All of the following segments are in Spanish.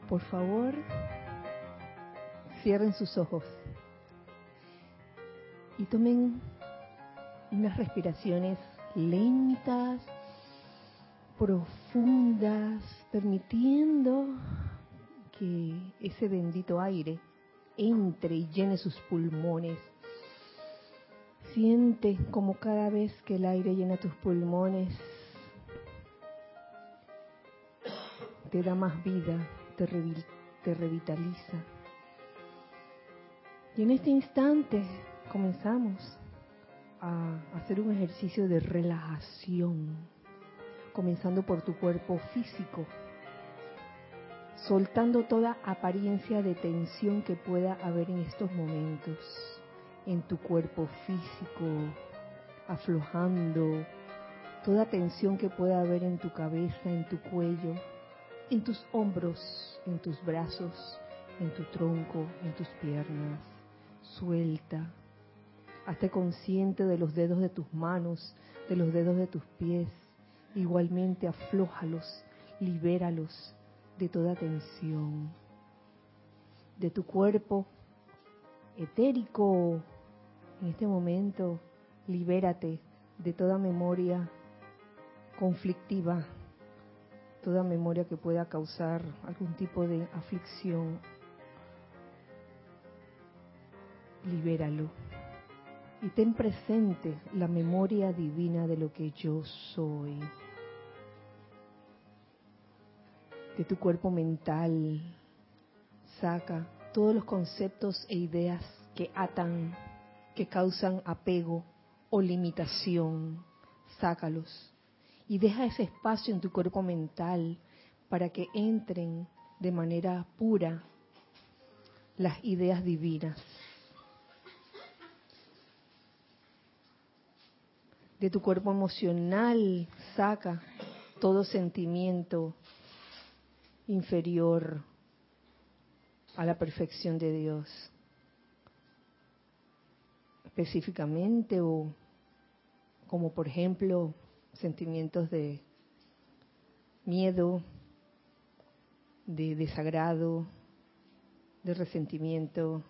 Por favor, cierren sus ojos y tomen unas respiraciones lentas, profundas, permitiendo que ese bendito aire entre y llene sus pulmones. Siente como cada vez que el aire llena tus pulmones, te da más vida, te revitaliza. Y en este instante comenzamos a hacer un ejercicio de relajación, comenzando por tu cuerpo físico, soltando toda apariencia de tensión que pueda haber en estos momentos, en tu cuerpo físico, aflojando toda tensión que pueda haber en tu cabeza, en tu cuello, en tus hombros, en tus brazos, en tu tronco, en tus piernas. Suelta. Hazte consciente de los dedos de tus manos, de los dedos de tus pies. Igualmente aflójalos, libéralos de toda tensión. De tu cuerpo etérico, en este momento, libérate de toda memoria conflictiva, toda memoria que pueda causar algún tipo de aflicción. Libéralo. Y ten presente la memoria divina de lo que yo soy. De tu cuerpo mental, saca todos los conceptos e ideas que atan, que causan apego o limitación. Sácalos. Y deja ese espacio en tu cuerpo mental para que entren de manera pura las ideas divinas. De tu cuerpo emocional, saca todo sentimiento inferior a la perfección de Dios. Específicamente, o como por ejemplo, sentimientos de miedo, de desagrado, de resentimiento.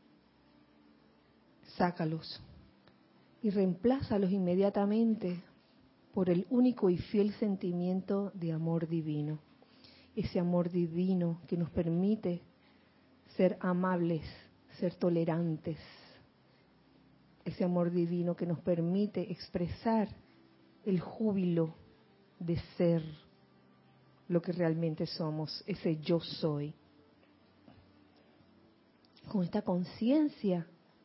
Sácalos y reemplázalos inmediatamente por el único y fiel sentimiento de amor divino. Ese amor divino que nos permite ser amables, ser tolerantes. Ese amor divino que nos permite expresar el júbilo de ser lo que realmente somos, ese yo soy. Con esta conciencia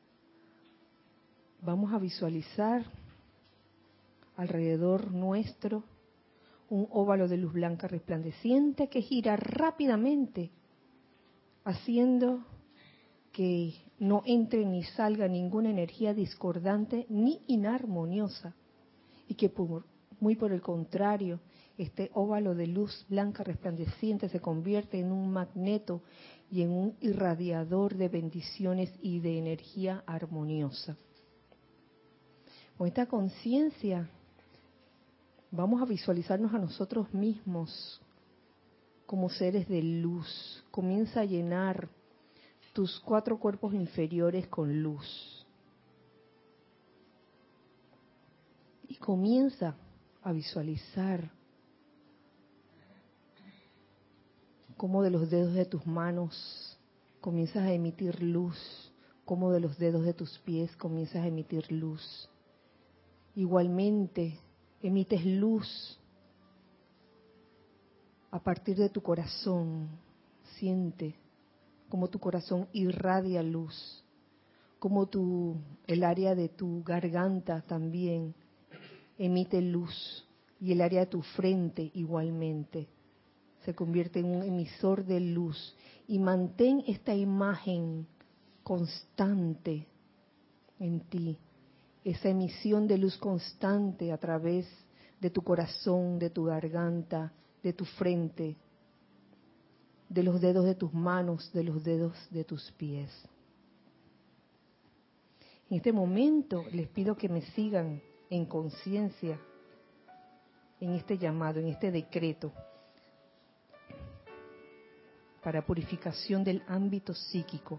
vamos a visualizar alrededor nuestro un óvalo de luz blanca resplandeciente que gira rápidamente, haciendo que no entre ni salga ninguna energía discordante ni inarmoniosa, y que muy por el contrario, este óvalo de luz blanca resplandeciente se convierte en un magneto y en un irradiador de bendiciones y de energía armoniosa. Con esta conciencia vamos a visualizarnos a nosotros mismos como seres de luz. Comienza a llenar tus 4 cuerpos inferiores con luz. Y comienza a visualizar cómo de los dedos de tus manos comienzas a emitir luz, cómo de los dedos de tus pies comienzas a emitir luz. Igualmente, emites luz a partir de tu corazón. Siente como tu corazón irradia luz, como el área de tu garganta también emite luz, y el área de tu frente igualmente se convierte en un emisor de luz. Y mantén esta imagen constante en ti, esa emisión de luz constante a través de tu corazón, de tu garganta, de tu frente, de los dedos de tus manos, de los dedos de tus pies. En este momento les pido que me sigan en conciencia en este llamado, en este decreto. para purificación del ámbito psíquico.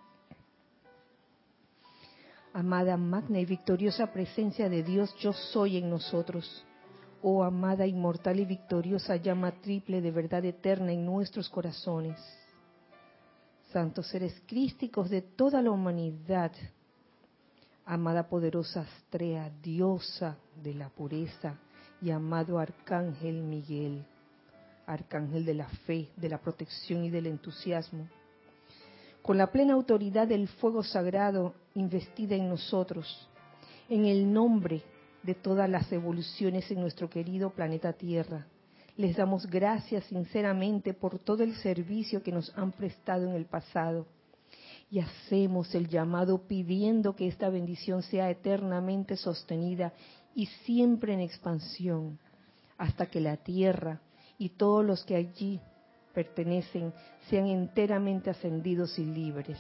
Amada magna y victoriosa presencia de Dios, yo soy en nosotros. Oh amada, inmortal y victoriosa llama triple de verdad eterna en nuestros corazones. Santos seres crísticos de toda la humanidad, amada poderosa Astrea, diosa de la pureza, y amado Arcángel Miguel, Arcángel de la fe, de la protección y del entusiasmo, con la plena autoridad del fuego sagrado investida en nosotros, en el nombre de todas las evoluciones en nuestro querido planeta Tierra. Les damos gracias sinceramente por todo el servicio que nos han prestado en el pasado y hacemos el llamado pidiendo que esta bendición sea eternamente sostenida y siempre en expansión, hasta que la Tierra y todos los que allí pertenecen sean enteramente ascendidos y libres,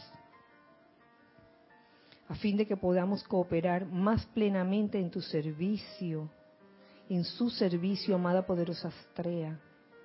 a fin de que podamos cooperar más plenamente en tu servicio, en su servicio, amada poderosa Astrea,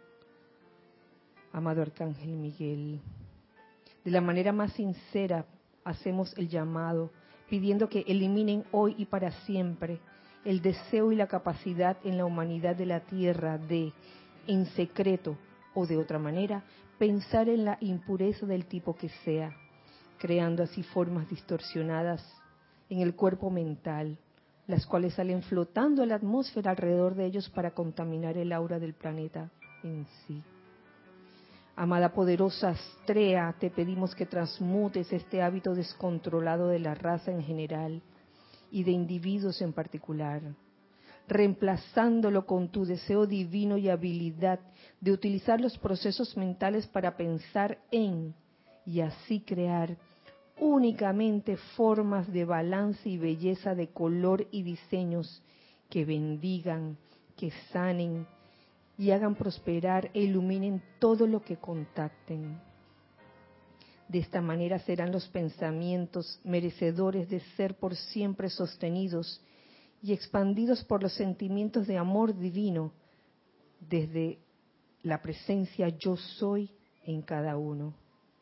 amado Arcángel Miguel. De la manera más sincera hacemos el llamado, pidiendo que eliminen hoy y para siempre el deseo y la capacidad en la humanidad de la Tierra de, en secreto o de otra manera, pensar en la impureza del tipo que sea, creando así formas distorsionadas en el cuerpo mental, las cuales salen flotando en la atmósfera alrededor de ellos para contaminar el aura del planeta en sí. Amada poderosa Astrea, te pedimos que transmutes este hábito descontrolado de la raza en general y de individuos en particular, reemplazándolo con tu deseo divino y habilidad de utilizar los procesos mentales para pensar en y así crear únicamente formas de balance y belleza de color y diseños que bendigan, que sanen y hagan prosperar e iluminen todo lo que contacten. De esta manera serán los pensamientos merecedores de ser por siempre sostenidos y expandidos por los sentimientos de amor divino desde la presencia yo soy en cada uno.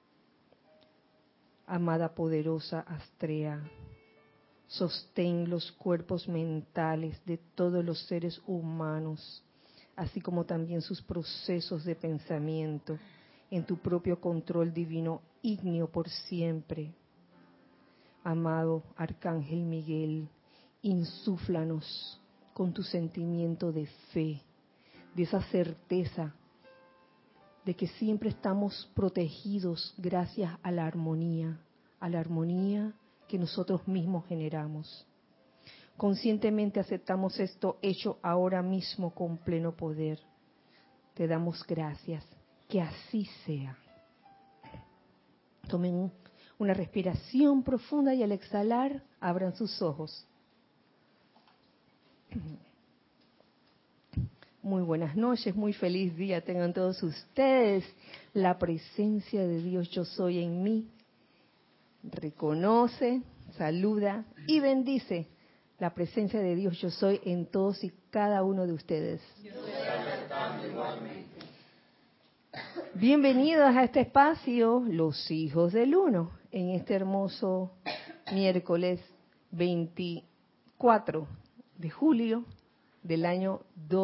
Amada poderosa Astrea, sostén los cuerpos mentales de todos los seres humanos, así como también sus procesos de pensamiento, en tu propio control divino ígneo por siempre. Amado Arcángel Miguel, insúflanos con tu sentimiento de fe, de esa certeza de que siempre estamos protegidos gracias a la armonía que nosotros mismos generamos. Conscientemente aceptamos esto hecho ahora mismo con pleno poder. Te damos gracias, que así sea. Tomen una respiración profunda y al exhalar abran sus ojos. Muy buenas noches, muy feliz día tengan todos ustedes. La presencia de Dios yo soy en mí reconoce, saluda y bendice la presencia de Dios yo soy en todos y cada uno de ustedes. Bienvenidos a este espacio, los hijos del uno, en este hermoso miércoles 24 de julio del año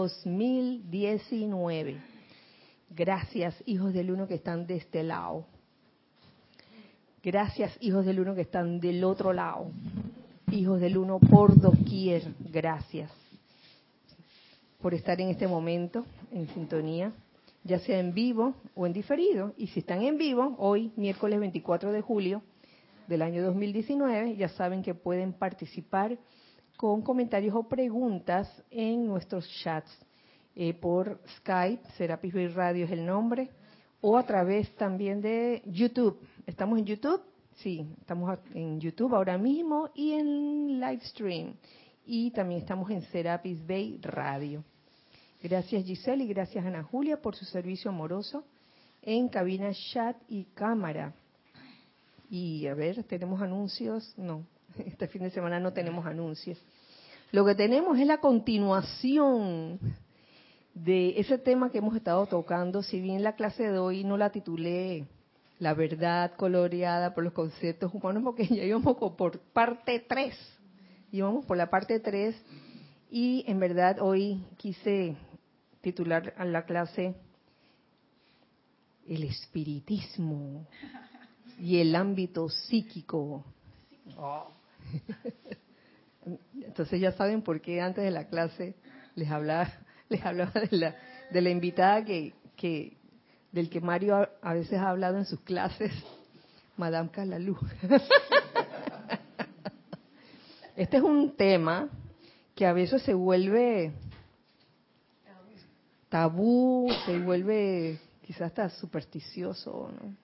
2019. Gracias, hijos del uno que están de este lado. Gracias, hijos del uno que están del otro lado. Hijos del uno por doquier, gracias por estar en este momento en sintonía, ya sea en vivo o en diferido. Y si están en vivo, hoy, miércoles 24 de julio del año 2019, ya saben que pueden participar con comentarios o preguntas en nuestros chats por Skype, Serapis Bay Radio es el nombre, o a través también de YouTube. ¿Estamos en YouTube? Sí, estamos en YouTube ahora mismo y en Livestream. Y también estamos en Serapis Bay Radio. Gracias Giselle y gracias Ana Julia por su servicio amoroso en cabina, chat y cámara. Y a ver, ¿tenemos anuncios? No, este fin de semana no tenemos anuncios. Lo que tenemos es la continuación de ese tema que hemos estado tocando. Si bien la clase de hoy no la titulé La verdad coloreada por los conceptos humanos, porque ya íbamos por parte 3. Íbamos por la parte 3 y en verdad hoy quise titular a la clase El espiritismo y el ámbito psíquico. Oh. Entonces ya saben por qué antes de la clase les hablaba de la invitada del que Mario a veces ha hablado en sus clases, Madame Calalú. Este es un tema que a veces se vuelve tabú, se vuelve quizás hasta supersticioso, ¿no?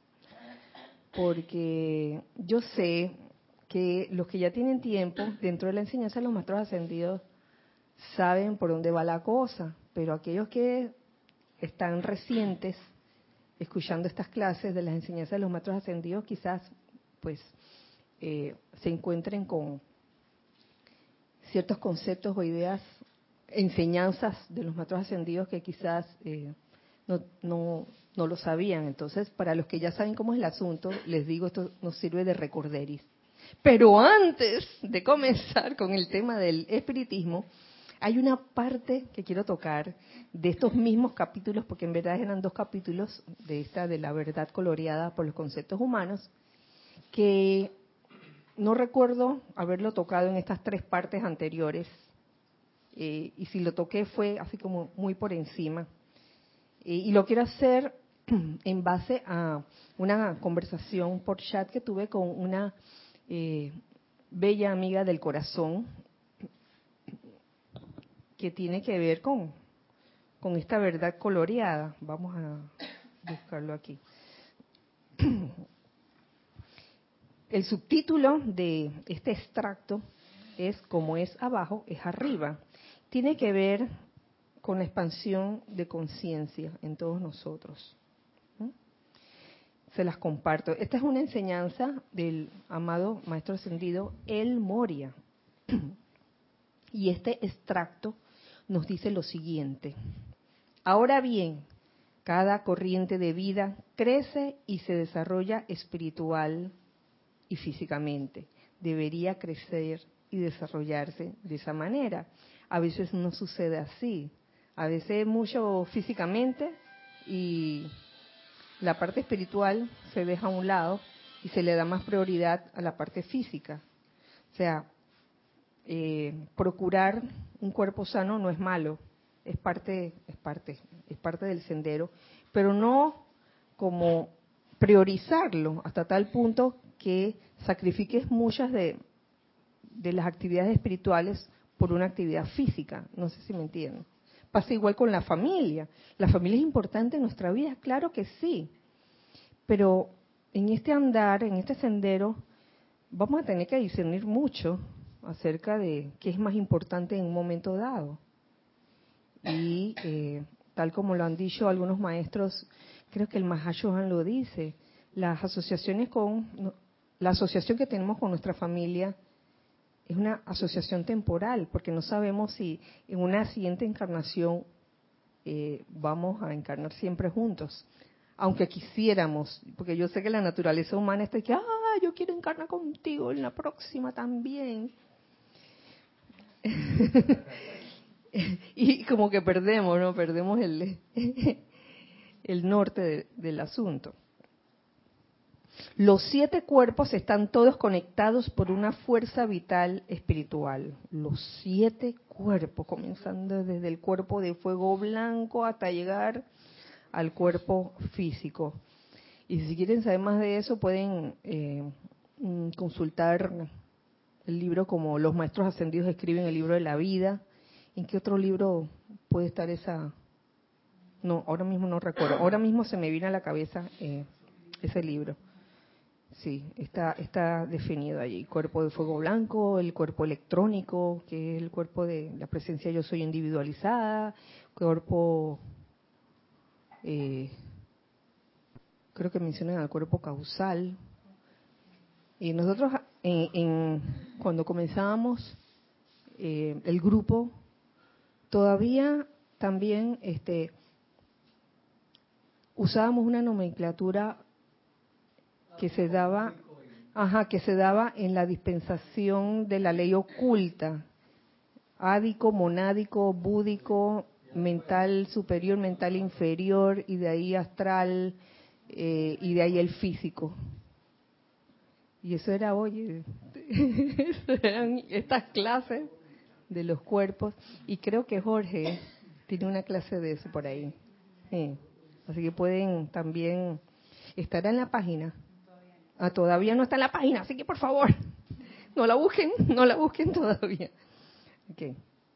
Porque yo sé que los que ya tienen tiempo dentro de la enseñanza de los maestros ascendidos saben por dónde va la cosa, pero aquellos que están recientes escuchando estas clases de las enseñanzas de los maestros ascendidos quizás pues se encuentren con ciertos conceptos o ideas, enseñanzas de los maestros ascendidos que quizás no lo sabían. Entonces, para los que ya saben cómo es el asunto, les digo, esto nos sirve de recorderis. Pero antes de comenzar con el tema del espiritismo, hay una parte que quiero tocar de estos mismos capítulos, porque en verdad eran 2 capítulos de la verdad coloreada por los conceptos humanos, que no recuerdo haberlo tocado en estas 3 partes anteriores, y si lo toqué fue así como muy por encima. Y lo quiero hacer en base a una conversación por chat que tuve con una bella amiga del corazón, que tiene que ver con esta verdad coloreada. Vamos a buscarlo aquí. El subtítulo de este extracto es Como es abajo, es arriba. Tiene que ver con la expansión de conciencia en todos nosotros. Se las comparto. Esta es una enseñanza del amado Maestro Ascendido El Moria. Y este extracto nos dice lo siguiente: ahora bien, cada corriente de vida crece y se desarrolla espiritual y físicamente. Debería crecer y desarrollarse de esa manera. A veces no sucede así. A veces mucho físicamente y la parte espiritual se deja a un lado y se le da más prioridad a la parte física. O sea, procurar un cuerpo sano no es malo, es parte del sendero, pero no como priorizarlo hasta tal punto que sacrifiques muchas de las actividades espirituales por una actividad física. No sé si me entienden. Pasa igual con la familia. La familia es importante en nuestra vida, claro que sí, pero en este andar, en este sendero, vamos a tener que discernir mucho acerca de qué es más importante en un momento dado. Y tal como lo han dicho algunos maestros, creo que el Mahashohan lo dice, la asociación que tenemos con nuestra familia es una asociación temporal, porque no sabemos si en una siguiente encarnación vamos a encarnar siempre juntos. Aunque quisiéramos, porque yo sé que la naturaleza humana está que, yo quiero encarnar contigo en la próxima también. Y como que perdemos, ¿no? Perdemos el norte del asunto. Los 7 cuerpos están todos conectados por una fuerza vital espiritual. Los 7 cuerpos, comenzando desde el cuerpo de fuego blanco hasta llegar al cuerpo físico. Y si quieren saber más de eso, pueden consultar el libro como Los Maestros Ascendidos escriben el libro de la vida. ¿En qué otro libro puede estar esa? No, ahora mismo no recuerdo. Ahora mismo se me viene a la cabeza ese libro. Sí, está definido allí. Cuerpo de fuego blanco, el cuerpo electrónico, que es el cuerpo de la presencia yo soy individualizada, cuerpo, creo que mencionan al cuerpo causal. Y nosotros cuando comenzábamos el grupo, todavía también usábamos una nomenclatura que se daba, que se daba en la dispensación de la ley oculta, ádico, monádico, búdico, mental superior, mental inferior, y de ahí astral, y de ahí el físico. Y eso era, oye, eran estas clases de los cuerpos, y creo que Jorge tiene una clase de eso por ahí. Sí. Así que pueden también, estará en la página. Todavía no está en la página, así que por favor, no la busquen todavía. Okay.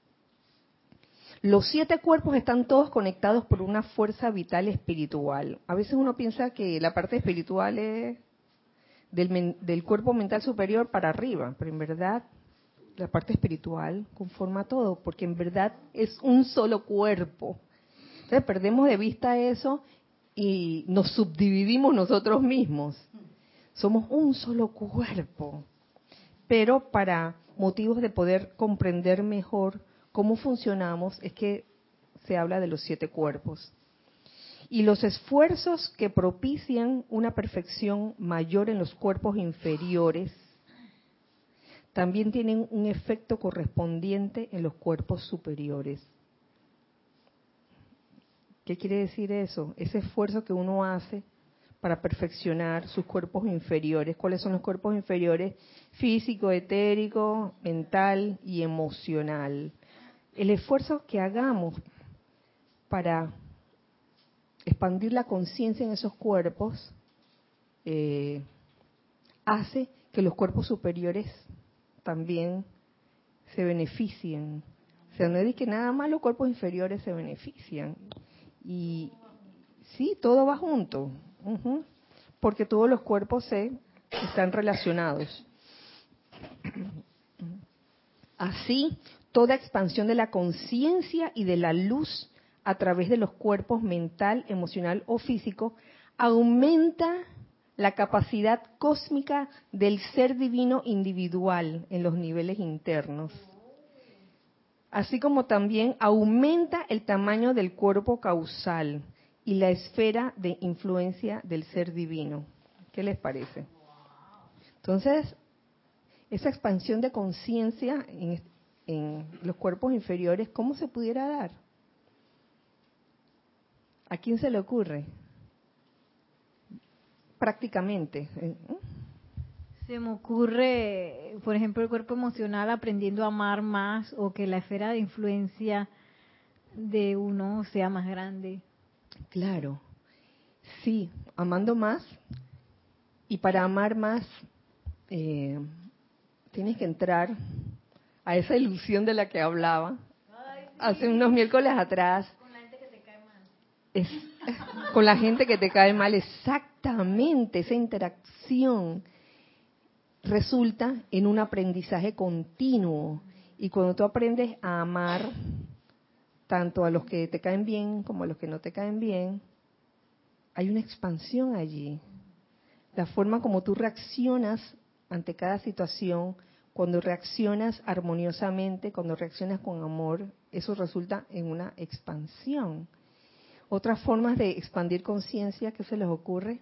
Los 7 cuerpos están todos conectados por una fuerza vital espiritual. A veces uno piensa que la parte espiritual es del cuerpo mental superior para arriba, pero en verdad la parte espiritual conforma todo, porque en verdad es un solo cuerpo. Entonces perdemos de vista eso y nos subdividimos nosotros mismos. Somos un solo cuerpo, pero para motivos de poder comprender mejor cómo funcionamos es que se habla de los 7 cuerpos. Y los esfuerzos que propician una perfección mayor en los cuerpos inferiores también tienen un efecto correspondiente en los cuerpos superiores. ¿Qué quiere decir eso? Ese esfuerzo que uno hace para perfeccionar sus cuerpos inferiores. ¿Cuáles son los cuerpos inferiores? Físico, etérico, mental y emocional. El esfuerzo que hagamos para expandir la conciencia en esos cuerpos hace que los cuerpos superiores también se beneficien. O sea, no es que nada más los cuerpos inferiores se benefician. Y sí, todo va junto, porque todos los cuerpos están relacionados. Así, toda expansión de la conciencia y de la luz a través de los cuerpos mental, emocional o físico aumenta la capacidad cósmica del ser divino individual en los niveles internos, así como también aumenta el tamaño del cuerpo causal y la esfera de influencia del ser divino. ¿Qué les parece? Entonces, esa expansión de conciencia en los cuerpos inferiores, ¿cómo se pudiera dar? ¿A quién se le ocurre? Prácticamente. Se me ocurre, por ejemplo, el cuerpo emocional aprendiendo a amar más, o que la esfera de influencia de uno sea más grande. Claro, sí, amando más, y para amar más tienes que entrar a esa ilusión de la que hablaba hace unos miércoles atrás. Con la gente que te cae mal. Con la gente que te cae mal, exactamente, esa interacción resulta en un aprendizaje continuo. Y cuando tú aprendes a amar tanto a los que te caen bien como a los que no te caen bien, hay una expansión allí. La forma como tú reaccionas ante cada situación, cuando reaccionas armoniosamente, cuando reaccionas con amor, eso resulta en una expansión. Otras formas de expandir conciencia, ¿qué se les ocurre?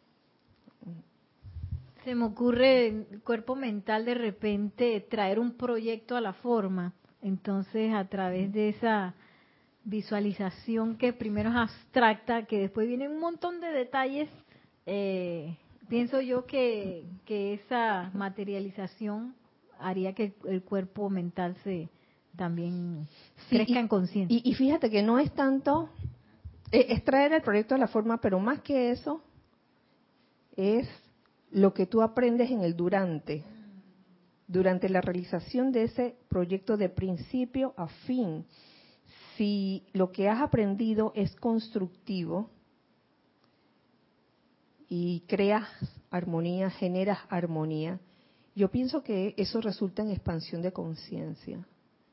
Se me ocurre el cuerpo mental de repente traer un proyecto a la forma. Entonces, a través de esa visualización que primero es abstracta, que después viene un montón de detalles, pienso yo que esa materialización haría que el cuerpo mental también crezca en conciencia. Y fíjate que no es tanto, es traer el proyecto a la forma, pero más que eso, es lo que tú aprendes en el durante la realización de ese proyecto de principio a fin. Si lo que has aprendido es constructivo y creas armonía, generas armonía, yo pienso que eso resulta en expansión de conciencia.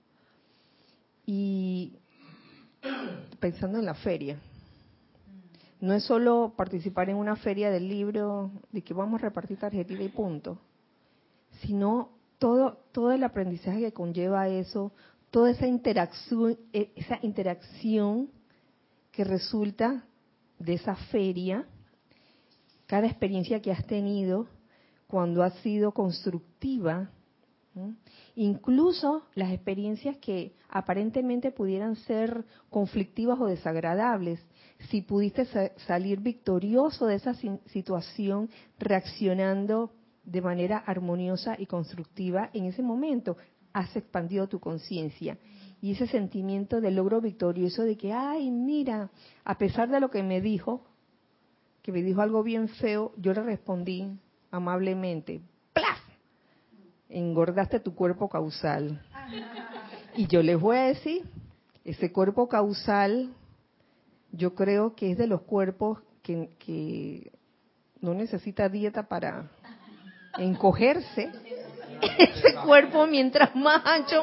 Y pensando en la feria, no es solo participar en una feria del libro, de que vamos a repartir tarjetita y punto, sino todo el aprendizaje que conlleva eso, toda esa interacción que resulta de esa feria, cada experiencia que has tenido cuando ha sido constructiva, ¿sí? Incluso las experiencias que aparentemente pudieran ser conflictivas o desagradables, si pudiste salir victorioso de esa situación reaccionando de manera armoniosa y constructiva en ese momento, has expandido tu conciencia. Y ese sentimiento de logro victorioso de que, ay, mira, a pesar de lo que me dijo, que me dijo algo bien feo, yo le respondí amablemente, ¡plaf! Engordaste tu cuerpo causal. Y yo les voy a decir, ese cuerpo causal, yo creo que es de los cuerpos que no necesita dieta para encogerse. Ese cuerpo, mientras más ancho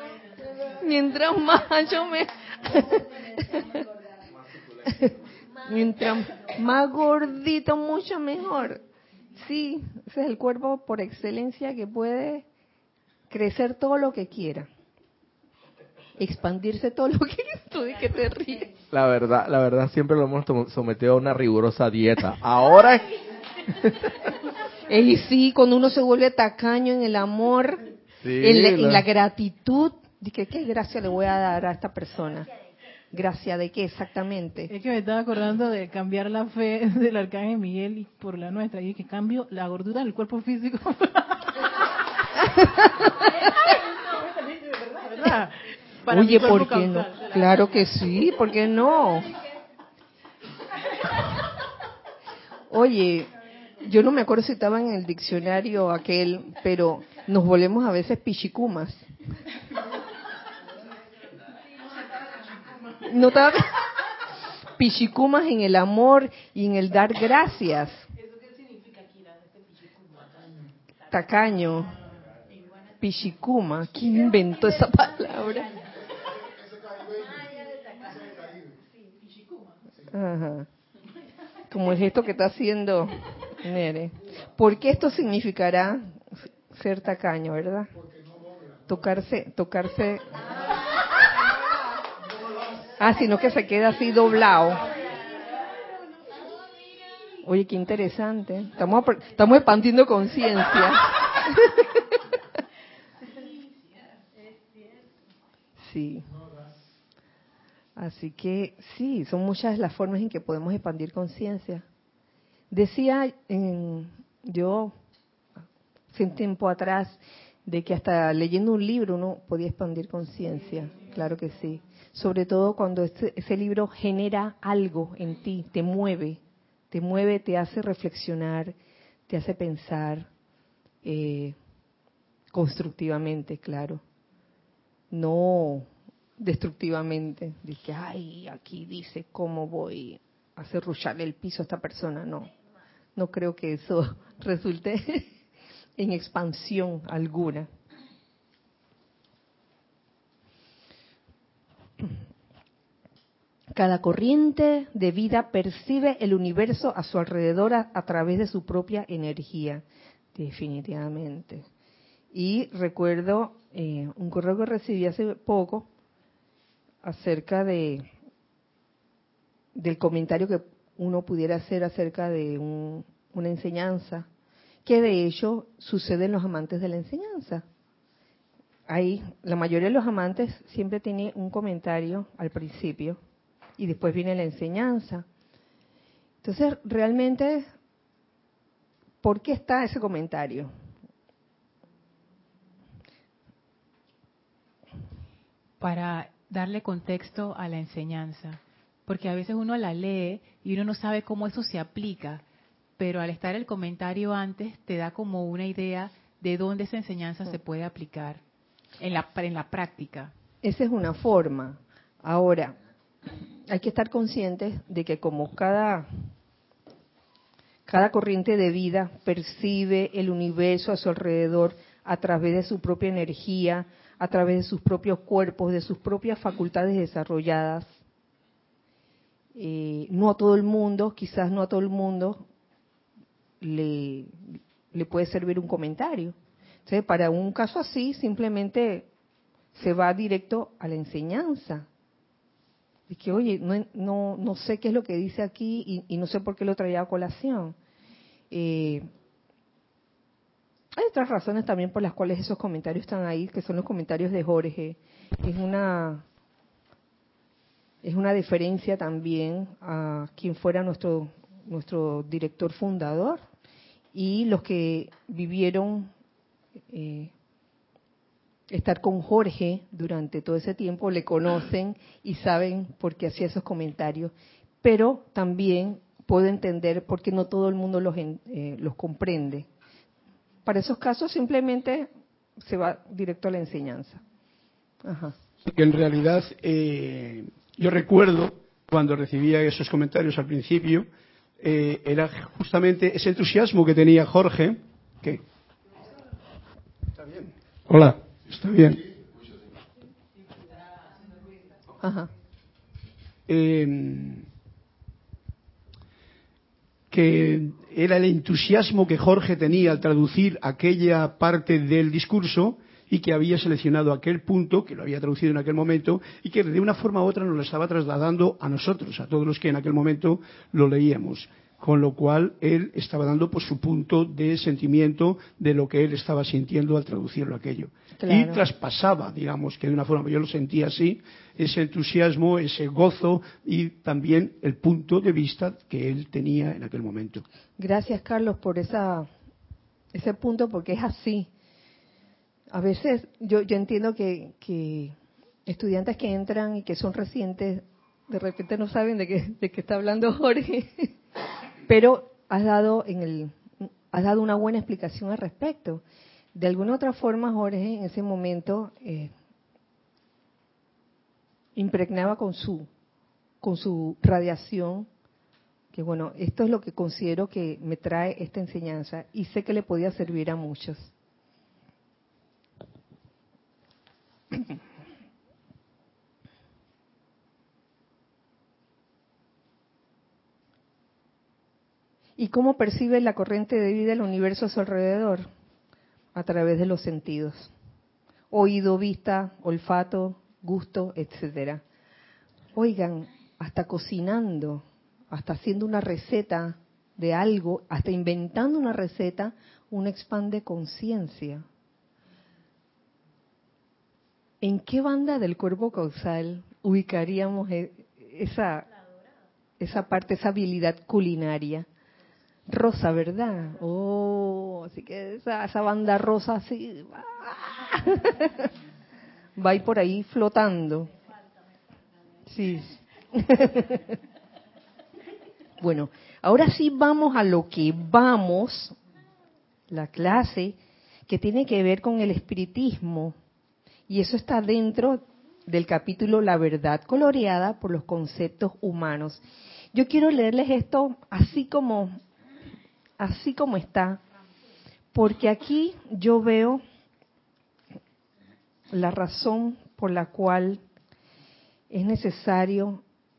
mientras más gordito, mucho mejor. Sí, ese es el cuerpo por excelencia que puede crecer todo lo que quiera, expandirse todo lo que tú de que te ríes. La verdad siempre lo hemos sometido a una rigurosa dieta. Ahora Y sí, cuando uno se vuelve tacaño en el amor, sí, en la gratitud, de que qué gracia le voy a dar a esta persona. ¿Gracia de qué exactamente? Es que me estaba acordando de cambiar la fe del Arcángel Miguel y por la nuestra, y que cambio la gordura del cuerpo físico. ¿Verdad? Para Oye, mi cuerpo ¿por qué no? causal. Claro que sí, ¿por qué no? Oye, yo no me acuerdo si estaba en el diccionario aquel, pero nos volvemos a veces pichicumas. No estaba pichicumas en el amor y en el dar gracias. ¿Eso qué significa, Kira, este pichicuma? Tacaño. Pichicuma. ¿Quién inventó esa palabra? Ajá. Como el gesto que está haciendo Nere. Porque esto significará ser tacaño, ¿verdad? Tocarse. Sino que se queda así doblado. Oye, qué interesante. Estamos expandiendo conciencia. Sí. Así que sí, son muchas las formas en que podemos expandir conciencia. Decía yo hace un tiempo atrás de que hasta leyendo un libro uno podía expandir conciencia. Claro que sí. Sobre todo cuando ese libro genera algo en ti, te mueve, te hace reflexionar, te hace pensar constructivamente, claro. No destructivamente, de que, ay, aquí dice cómo voy a hacer rucharle el piso a esta persona. No creo que eso resulte en expansión alguna. Cada corriente de vida percibe el universo a su alrededor a través de su propia energía, definitivamente. Y recuerdo un correo que recibí hace poco acerca del comentario que uno pudiera hacer acerca de una enseñanza, que de hecho sucede en los amantes de la enseñanza. Ahí, la mayoría de los amantes siempre tiene un comentario al principio y después viene la enseñanza. Entonces, realmente, ¿por qué está ese comentario? Para darle contexto a la enseñanza, porque a veces uno la lee y uno no sabe cómo eso se aplica, pero al estar el comentario antes te da como una idea de dónde esa enseñanza se puede aplicar en la práctica. Esa es una forma. Ahora, hay que estar conscientes de que como cada corriente de vida percibe el universo a su alrededor a través de su propia energía, a través de sus propios cuerpos, de sus propias facultades desarrolladas. No a todo el mundo, quizás no a todo el mundo le puede servir un comentario. Entonces, para un caso así, simplemente se va directo a la enseñanza. Es que, oye, no sé qué es lo que dice aquí y no sé por qué lo traía a colación. Hay otras razones también por las cuales esos comentarios están ahí, que son los comentarios de Jorge. Es una deferencia también a quien fuera nuestro director fundador y los que vivieron estar con Jorge durante todo ese tiempo, le conocen y saben por qué hacía esos comentarios. Pero también puedo entender por qué no todo el mundo los comprende. Para esos casos simplemente se va directo a la enseñanza. Ajá. Que en realidad yo recuerdo cuando recibía esos comentarios al principio, era justamente ese entusiasmo que tenía Jorge. ¿Qué? ¿Está bien? Hola, ¿está bien? Ajá. Que era el entusiasmo que Jorge tenía al traducir aquella parte del discurso y que había seleccionado aquel punto, que lo había traducido en aquel momento y que de una forma u otra nos lo estaba trasladando a nosotros, a todos los que en aquel momento lo leíamos. Con lo cual él estaba dando pues su punto de sentimiento de lo que él estaba sintiendo al traducirlo aquello. Claro. Y traspasaba, digamos, que de una forma, yo lo sentía así, ese entusiasmo, ese gozo y también el punto de vista que él tenía en aquel momento. Gracias, Carlos, por ese punto, porque es así. A veces yo entiendo que estudiantes que entran y que son recientes, de repente no saben de qué está hablando Jorge. Pero has dado una buena explicación al respecto. De alguna otra forma, Jorge, en ese momento impregnaba con su radiación, que bueno, esto es lo que considero que me trae esta enseñanza y sé que le podía servir a muchos. ¿Y cómo percibe la corriente de vida del universo a su alrededor? A través de los sentidos. Oído, vista, olfato, gusto, etcétera. Oigan, hasta cocinando, hasta haciendo una receta de algo, hasta inventando una receta, uno expande conciencia. ¿En qué banda del cuerpo causal ubicaríamos esa parte, esa habilidad culinaria? Rosa, ¿verdad? Oh, así que esa banda rosa así va a ir por ahí flotando. Sí. Bueno, ahora sí vamos a lo que vamos, la clase que tiene que ver con el espiritismo. Y eso está dentro del capítulo La verdad coloreada por los conceptos humanos. Yo quiero leerles esto así como está, porque aquí yo veo la razón por la cual es necesaria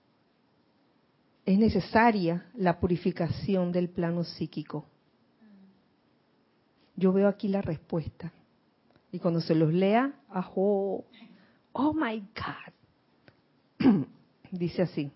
la purificación del plano psíquico. Yo veo aquí la respuesta. Y cuando se los lea, oh my God. Dice así.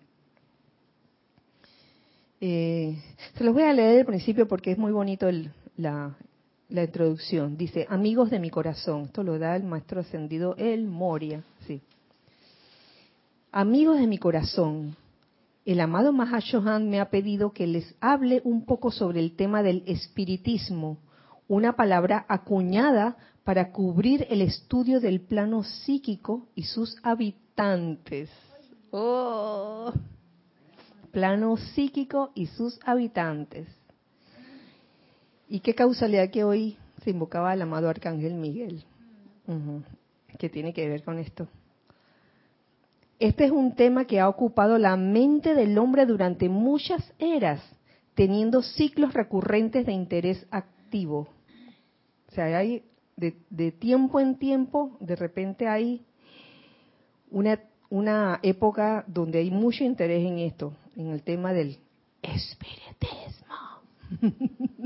Se los voy a leer al principio porque es muy bonito la introducción. Dice, amigos de mi corazón. Esto lo da el maestro ascendido El Moria. Sí. Amigos de mi corazón, el amado Mahashohan me ha pedido que les hable un poco sobre el tema del espiritismo, una palabra acuñada para cubrir el estudio del plano psíquico y sus habitantes. Oh, plano psíquico y sus habitantes. Y qué causalidad que hoy se invocaba al amado Arcángel Miguel, que tiene que ver con esto. Este es un tema que ha ocupado la mente del hombre durante muchas eras, teniendo ciclos recurrentes de interés activo. O sea, hay de tiempo en tiempo, de repente hay una época donde hay mucho interés en esto, en el tema del espiritismo.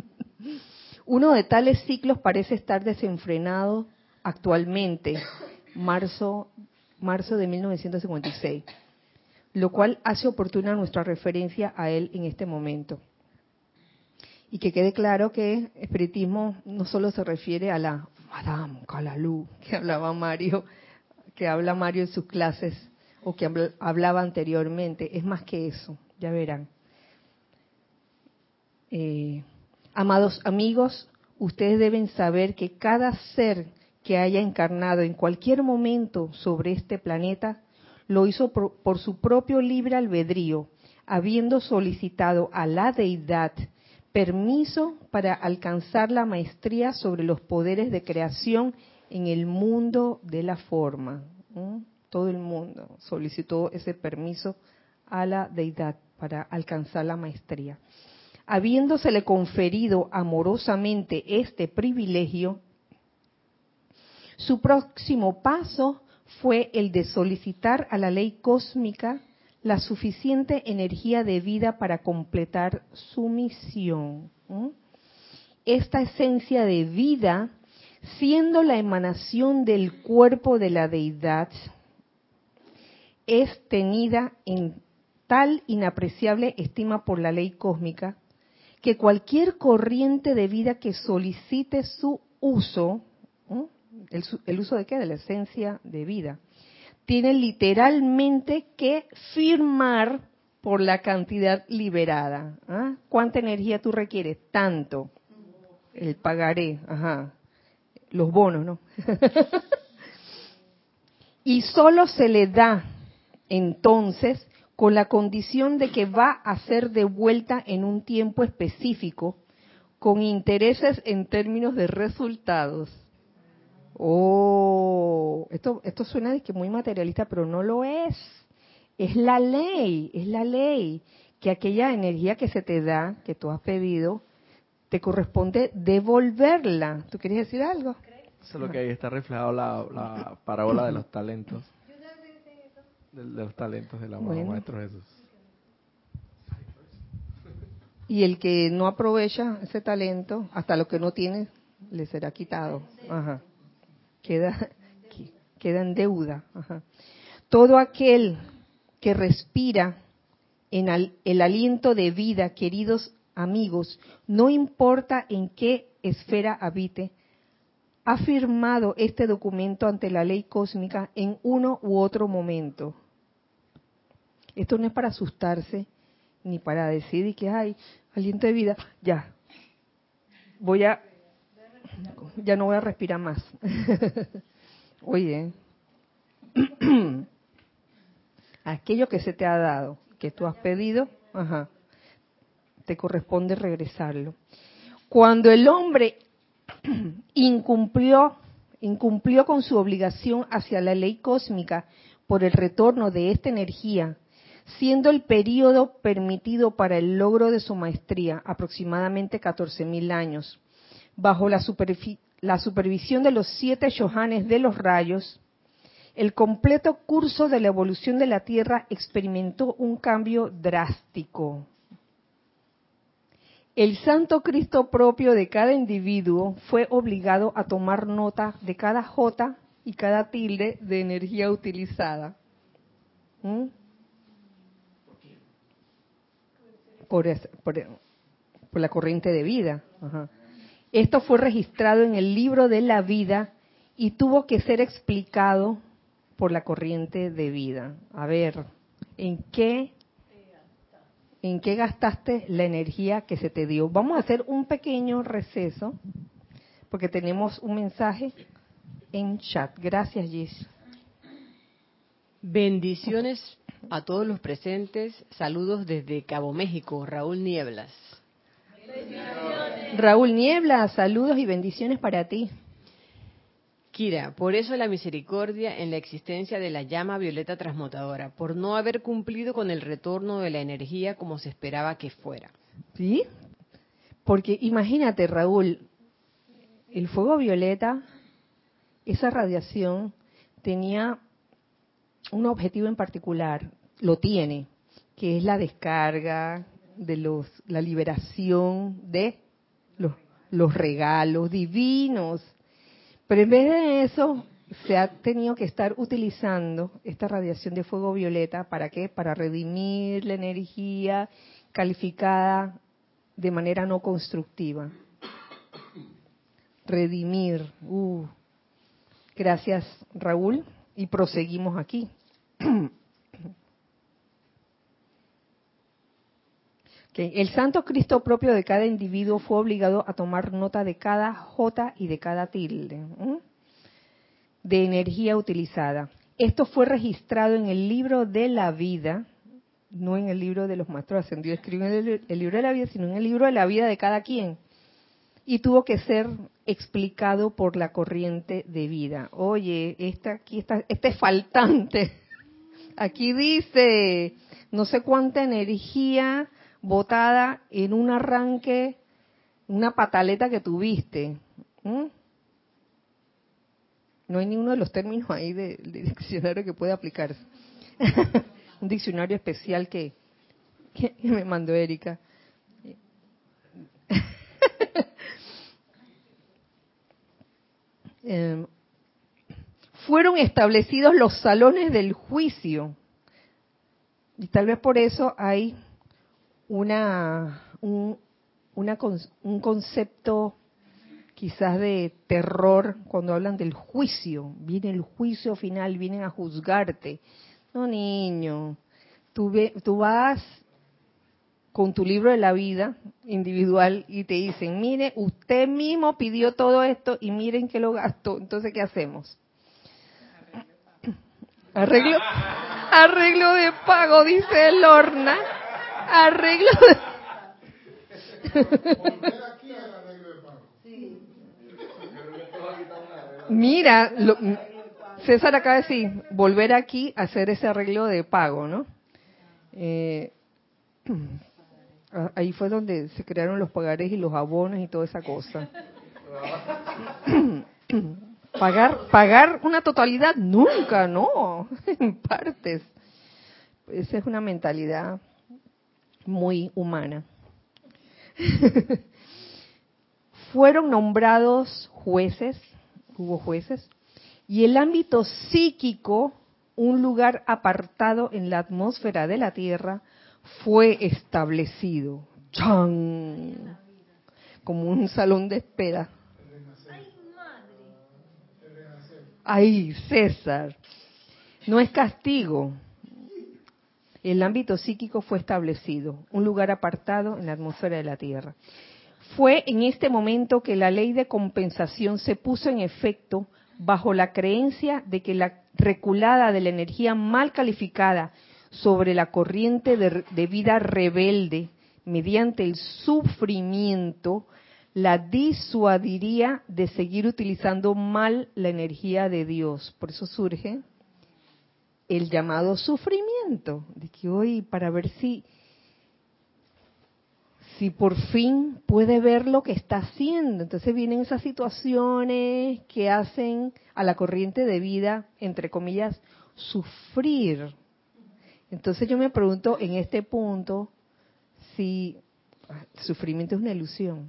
Uno de tales ciclos parece estar desenfrenado actualmente, marzo de 1956, lo cual hace oportuna nuestra referencia a él en este momento. Y que quede claro que espiritismo no solo se refiere a la Madame Calalú que hablaba Mario, que habla Mario en sus clases, o que hablaba anteriormente, es más que eso, ya verán. Amados amigos, ustedes deben saber que cada ser que haya encarnado en cualquier momento sobre este planeta lo hizo por su propio libre albedrío, habiendo solicitado a la deidad permiso para alcanzar la maestría sobre los poderes de creación en el mundo de la forma. Todo el mundo solicitó ese permiso a la deidad para alcanzar la maestría. Habiéndosele conferido amorosamente este privilegio, su próximo paso fue el de solicitar a la ley cósmica la suficiente energía de vida para completar su misión. Esta esencia de vida, siendo la emanación del cuerpo de la deidad, es tenida en tal inapreciable estima por la ley cósmica que cualquier corriente de vida que solicite su uso, ¿el uso de qué? De la esencia de vida, tiene literalmente que firmar por la cantidad liberada. ¿Cuánta energía tú requieres? Tanto. El pagaré, los bonos, ¿no? Y solo se le da entonces con la condición de que va a ser devuelta en un tiempo específico con intereses en términos de resultados. Esto suena de que muy materialista, pero no lo es. Es la ley, que aquella energía que se te da, que tú has pedido, te corresponde devolverla. ¿Tú querías decir algo? Eso es lo que ahí está reflejado la parábola de los talentos. De los talentos del amado Maestro Jesús. Y el que no aprovecha ese talento, hasta lo que no tiene, le será quitado. Queda en deuda. Todo aquel que respira en el aliento de vida, queridos amigos, no importa en qué esfera habite, ha firmado este documento ante la ley cósmica en uno u otro momento. Esto no es para asustarse ni para decir que hay aliento de vida, ya no voy a respirar más. Oye, aquello que se te ha dado, que tú has pedido, te corresponde regresarlo. Cuando el hombre incumplió con su obligación hacia la ley cósmica por el retorno de esta energía, siendo el período permitido para el logro de su maestría aproximadamente 14.000 años, bajo la supervisión de los 7 Shohanes de los rayos, el completo curso de la evolución de la Tierra experimentó un cambio drástico. El Santo Cristo propio de cada individuo fue obligado a tomar nota de cada jota y cada tilde de energía utilizada. Por la corriente de vida. Esto fue registrado en el libro de la vida y tuvo que ser explicado por la corriente de vida. A ver, ¿en qué gastaste la energía que se te dio? Vamos a hacer un pequeño receso porque tenemos un mensaje en chat. Gracias, Gis. Bendiciones a todos los presentes. Saludos desde Cabo México, Raúl Nieblas. Raúl Nieblas, saludos y bendiciones para ti. Kira, por eso la misericordia en la existencia de la llama violeta transmutadora, por no haber cumplido con el retorno de la energía como se esperaba que fuera. ¿Sí? Porque imagínate, Raúl, el fuego violeta, esa radiación tenía un objetivo en particular, lo tiene, que es la descarga de la liberación de los regalos divinos. Pero en vez de eso, se ha tenido que estar utilizando esta radiación de fuego violeta, ¿para qué? Para redimir la energía calificada de manera no constructiva. Redimir. Gracias, Raúl. Y proseguimos aquí. El Santo Cristo propio de cada individuo fue obligado a tomar nota de cada J y de cada tilde de energía utilizada. Esto fue registrado en el libro de la vida, no en el libro de los maestros ascendidos, escriben el libro de la vida, sino en el libro de la vida de cada quien. Y tuvo que ser explicado por la corriente de vida. Oye, este es faltante. Aquí dice, no sé cuánta energía botada en un arranque, una pataleta que tuviste. No hay ninguno de los términos ahí del diccionario que pueda aplicarse. Un diccionario especial que me mandó Erika. Fueron establecidos los salones del juicio. Y tal vez por eso hay un concepto quizás de terror cuando hablan del juicio. Viene el juicio final, vienen a juzgarte. No, niño, tú vas con tu libro de la vida individual y te dicen, mire, usted mismo pidió todo esto y miren que lo gastó. Entonces, ¿qué hacemos? Arreglo de pago, dice Lorna. Arreglo de... Mira, César acaba de decir, volver aquí a hacer ese arreglo de pago, ¿no? Ahí fue donde se crearon los pagares y los abonos y toda esa cosa. Pagar una totalidad, nunca, no, en partes. Esa es una mentalidad muy humana. Fueron nombrados jueces, hubo jueces, y el ámbito psíquico, un lugar apartado en la atmósfera de la Tierra, fue establecido. ¡Chan! Como un salón de espera. ¡Ay, César! No es castigo. El ámbito psíquico fue establecido, un lugar apartado en la atmósfera de la Tierra. Fue en este momento que la ley de compensación se puso en efecto bajo la creencia de que la reculada de la energía mal calificada sobre la corriente de vida rebelde mediante el sufrimiento la disuadiría de seguir utilizando mal la energía de Dios. Por eso surge el llamado sufrimiento, de que hoy para ver si por fin puede ver lo que está haciendo. Entonces vienen esas situaciones que hacen a la corriente de vida, entre comillas, sufrir. Entonces yo me pregunto en este punto si el sufrimiento es una ilusión,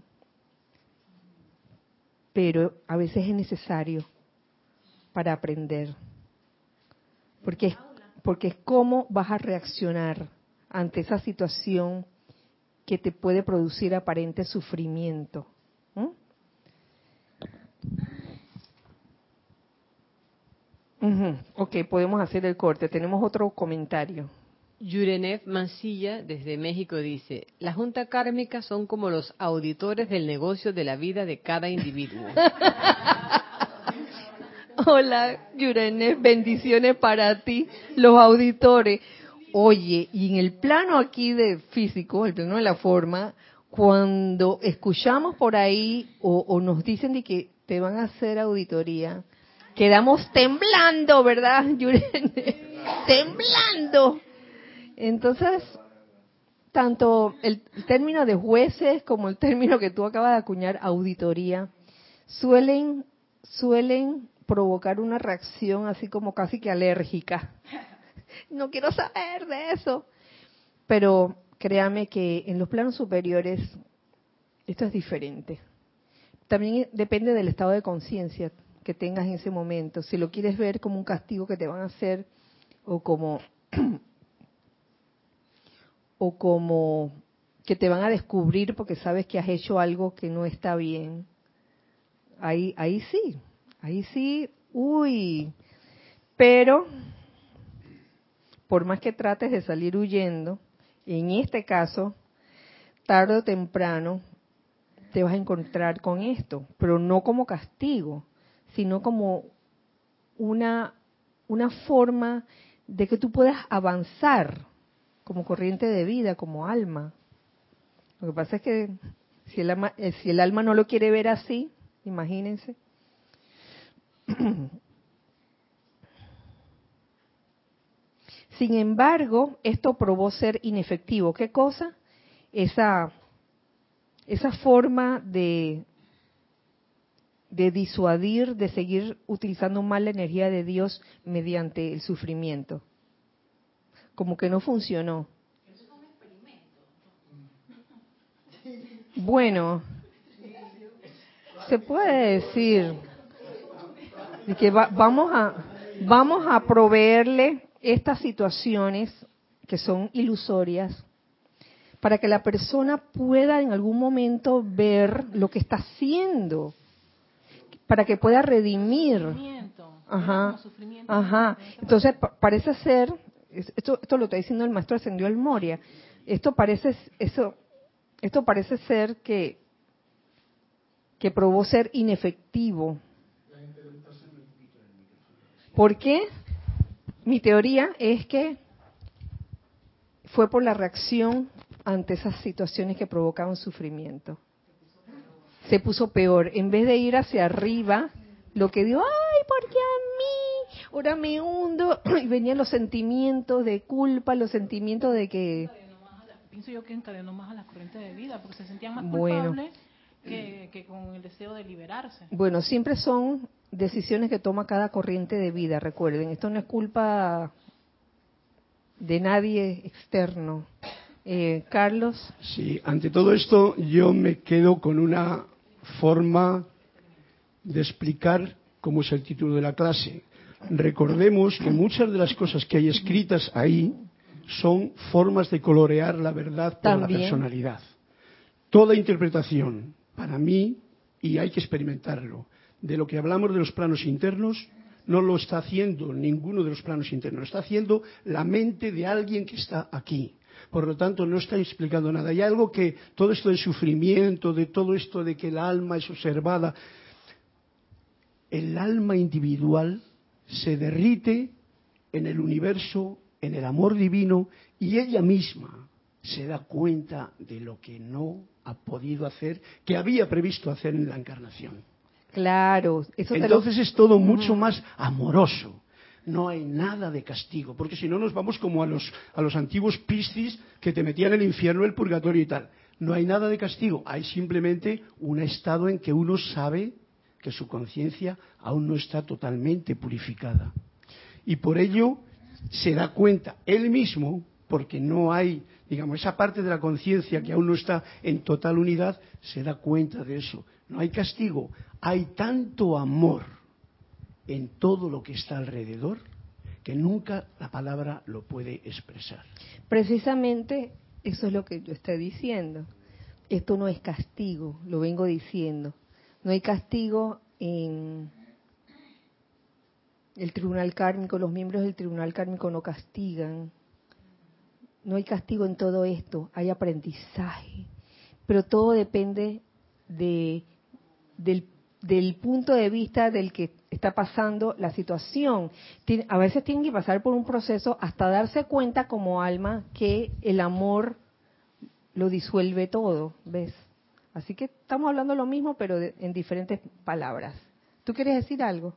pero a veces es necesario para aprender. Porque es cómo vas a reaccionar ante esa situación que te puede producir aparente sufrimiento. Ok, podemos hacer el corte. Tenemos otro comentario. Yurenev Mancilla, desde México, dice, la junta kármica son como los auditores del negocio de la vida de cada individuo. Hola, Yurenev, bendiciones para ti, los auditores. Oye, y en el plano aquí de físico, el plano de la forma, cuando escuchamos por ahí o nos dicen de que te van a hacer auditoría, quedamos temblando, ¿verdad, Yurene? Temblando. Entonces, tanto el término de jueces como el término que tú acabas de acuñar, auditoría, suelen provocar una reacción así como casi que alérgica. No quiero saber de eso. Pero créame que en los planos superiores esto es diferente. También depende del estado de conciencia que tengas en ese momento. Si lo quieres ver como un castigo que te van a hacer o como que te van a descubrir porque sabes que has hecho algo que no está bien. Ahí sí, uy. Pero por más que trates de salir huyendo, en este caso, tarde o temprano te vas a encontrar con esto, pero no como castigo, sino como una forma de que tú puedas avanzar como corriente de vida, como alma. Lo que pasa es que si el alma no lo quiere ver así, imagínense. Sin embargo, esto probó ser inefectivo. ¿Qué cosa? Esa forma de disuadir, de seguir utilizando mal la energía de Dios mediante el sufrimiento. Como que no funcionó. Bueno, se puede decir que vamos a proveerle estas situaciones que son ilusorias para que la persona pueda en algún momento ver lo que está haciendo, para que pueda redimir. Ajá, ajá. Entonces parece ser, esto lo está diciendo el maestro ascendió el Moria. Esto parece ser que probó ser inefectivo. ¿Por qué? Mi teoría es que fue por la reacción ante esas situaciones que provocaban sufrimiento. Se puso peor. En vez de ir hacia arriba, lo que dio, ay, ¿por qué a mí? Ahora me hundo. Y venían los sentimientos de culpa, los sentimientos de que... Pienso yo que encadenó más a las corrientes de vida, porque se sentían más culpables que con el deseo de liberarse. Bueno, siempre son decisiones que toma cada corriente de vida, recuerden. Esto no es culpa de nadie externo. Carlos. Sí, ante todo esto yo me quedo con una forma de explicar cómo es el título de la clase. Recordemos que muchas de las cosas que hay escritas ahí son formas de colorear la verdad por la personalidad. Toda interpretación, para mí, y hay que experimentarlo, de lo que hablamos de los planos internos, no lo está haciendo ninguno de los planos internos, lo está haciendo la mente de alguien que está aquí. Por lo tanto, no está explicando nada. Hay algo que, todo esto de sufrimiento, de todo esto de que el alma es observada, el alma individual se derrite en el universo, en el amor divino, y ella misma se da cuenta de lo que no ha podido hacer, que había previsto hacer en la encarnación. Claro. Entonces es todo mucho más amoroso. No hay nada de castigo, porque si no nos vamos como a los antiguos Piscis que te metían en el infierno, el purgatorio y tal. No hay nada de castigo, hay simplemente un estado en que uno sabe que su conciencia aún no está totalmente purificada. Y por ello se da cuenta él mismo, porque no hay, digamos, esa parte de la conciencia que aún no está en total unidad, se da cuenta de eso. No hay castigo, hay tanto amor en todo lo que está alrededor que nunca la palabra lo puede expresar. Precisamente eso es lo que yo estoy diciendo. Esto no es castigo, lo vengo diciendo. No hay castigo en el tribunal kármico, los miembros del tribunal kármico no castigan. No hay castigo en todo esto, hay aprendizaje. Pero todo depende del punto de vista del que está pasando la situación. A veces tienen que pasar por un proceso hasta darse cuenta como alma que el amor lo disuelve todo, ¿ves? Así que estamos hablando lo mismo, pero en diferentes palabras. ¿Tú quieres decir algo?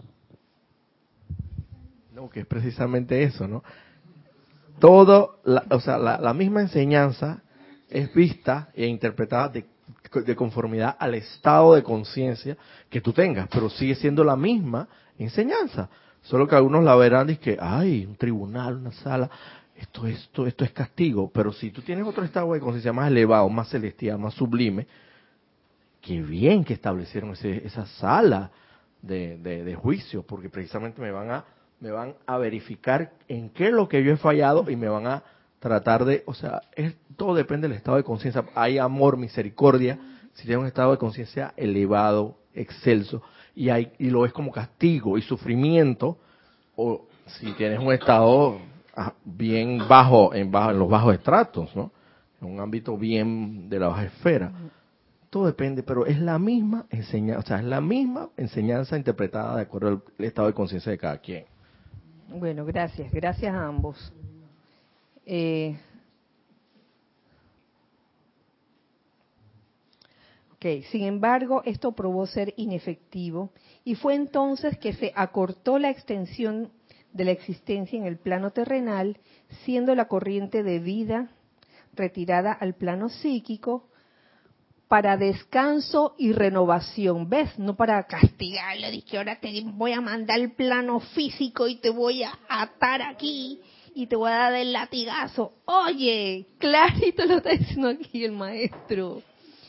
No, que es precisamente eso, ¿no? Todo, la misma enseñanza es vista e interpretada de conformidad al estado de conciencia que tú tengas, pero sigue siendo la misma enseñanza, solo que algunos la verán y que, ay, un tribunal, una sala, esto es castigo, pero si tú tienes otro estado de conciencia más elevado, más celestial, más sublime, qué bien que establecieron esa sala, de juicio, porque precisamente me van a verificar en qué es lo que yo he fallado y me van a tratar de, o sea, todo depende del estado de conciencia. Hay amor, misericordia, si tienes un estado de conciencia elevado, excelso, y lo ves como castigo y sufrimiento, o si tienes un estado bien bajo, en los bajos estratos, ¿no? En un ámbito bien de la baja esfera. Todo depende, pero es la misma enseñanza, o sea, es la misma enseñanza interpretada de acuerdo al estado de conciencia de cada quien. Bueno, gracias a ambos. Sin embargo, esto probó ser inefectivo y fue entonces que se acortó la extensión de la existencia en el plano terrenal, siendo la corriente de vida retirada al plano psíquico para descanso y renovación. ¿Ves? No para castigarle, dije, ahora te voy a mandar al plano físico y te voy a atar aquí y te voy a dar el latigazo. Oye, clarito lo está diciendo aquí el maestro.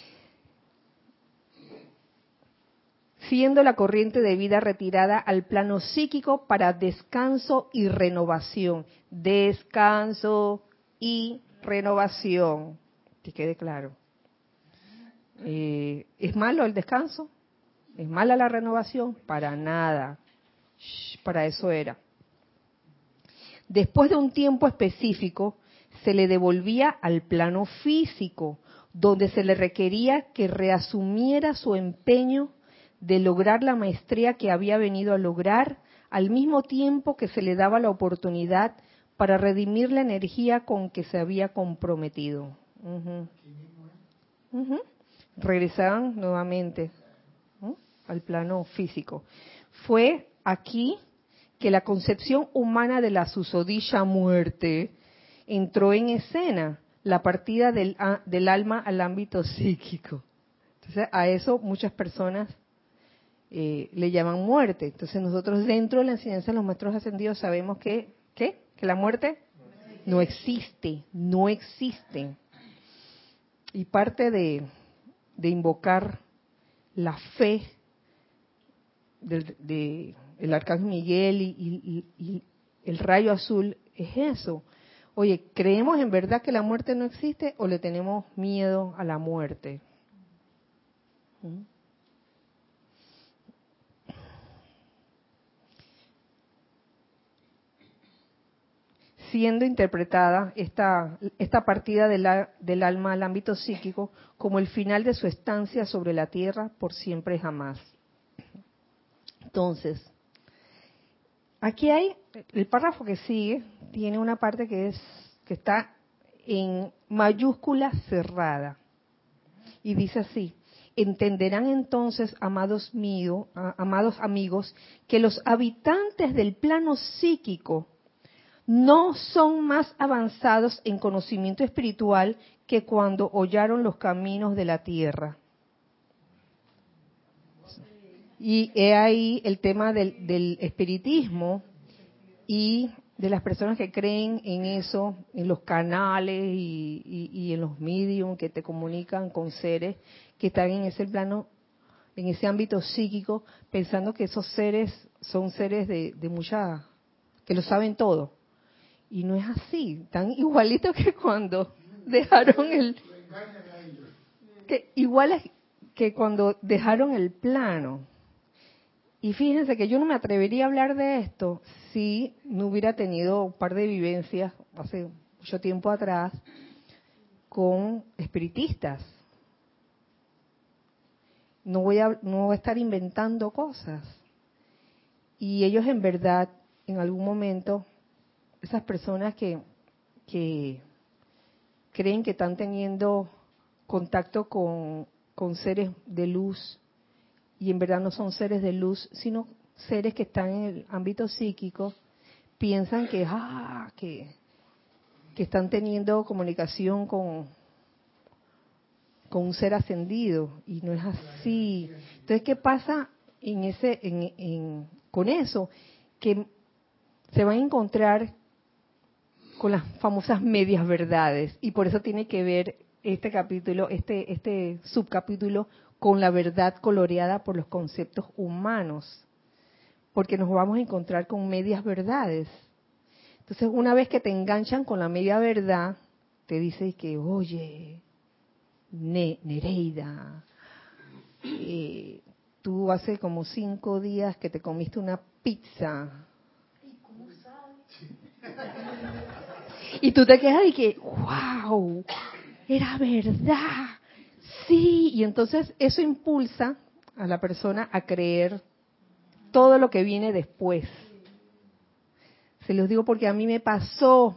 Siendo la corriente de vida retirada al plano psíquico para descanso y renovación. Descanso y renovación. Que quede claro. ¿Es malo el descanso? ¿Es mala la renovación? Para nada. Para eso era. Después de un tiempo específico, se le devolvía al plano físico, donde se le requería que reasumiera su empeño de lograr la maestría que había venido a lograr, al mismo tiempo que se le daba la oportunidad para redimir la energía con que se había comprometido. Regresaban nuevamente, ¿no?, al plano físico. Fue aquí que la concepción humana de la susodicha muerte entró en escena, la partida del alma al ámbito psíquico. Entonces, a eso muchas personas le llaman muerte. Entonces, nosotros dentro de la enseñanza de los maestros ascendidos sabemos que la muerte no existe, no existe. Y parte de invocar la fe de el Arcángel Miguel y el rayo azul es eso. Oye, ¿creemos en verdad que la muerte no existe o le tenemos miedo a la muerte? Siendo interpretada esta partida del alma al ámbito psíquico como el final de su estancia sobre la tierra por siempre y jamás. Entonces, aquí hay el párrafo que sigue, tiene una parte que está en mayúscula cerrada y dice así: entenderán entonces, amados amigos, que los habitantes del plano psíquico no son más avanzados en conocimiento espiritual que cuando hollaron los caminos de la tierra. Y he ahí el tema del espiritismo y de las personas que creen en eso, en los canales y en los medium que te comunican con seres que están en ese plano, en ese ámbito psíquico, pensando que esos seres son seres de mucha, que lo saben todo. Y no es así, tan igualito que cuando dejaron iguales que cuando dejaron el plano. Y fíjense que yo no me atrevería a hablar de esto si no hubiera tenido un par de vivencias hace mucho tiempo atrás con espiritistas. No voy a estar inventando cosas. Y ellos en verdad, en algún momento, esas personas que creen que están teniendo contacto con seres de luz, y en verdad no son seres de luz, sino seres que están en el ámbito psíquico, piensan que están teniendo comunicación con un ser ascendido, y no es así. Entonces, ¿qué pasa con eso? Que se van a encontrar con las famosas medias verdades, y por eso tiene que ver este capítulo, este subcapítulo, con la verdad coloreada por los conceptos humanos. porque nos vamos a encontrar con medias verdades. Entonces, una vez que te enganchan con la media verdad, te dice que, oye, Nereida, tú hace como 5 días que te comiste una pizza. Y tú te quedas y que, wow, era verdad, sí. Y entonces eso impulsa a la persona a creer todo lo que viene después. Se los digo porque a mí me pasó.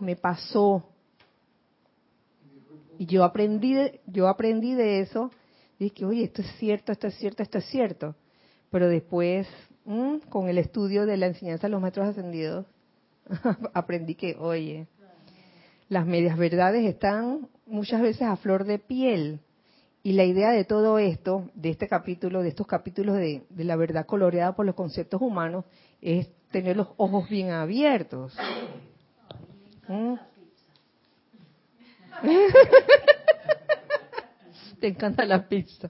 Y yo aprendí de eso. Y dije, oye, esto es cierto. Pero después, con el estudio de la enseñanza de los maestros ascendidos, aprendí que, oye, las medias verdades están muchas veces a flor de piel. Y la idea de todo esto, de este capítulo, de estos capítulos de la verdad coloreada por los conceptos humanos, es tener los ojos bien abiertos. Te encanta la pizza.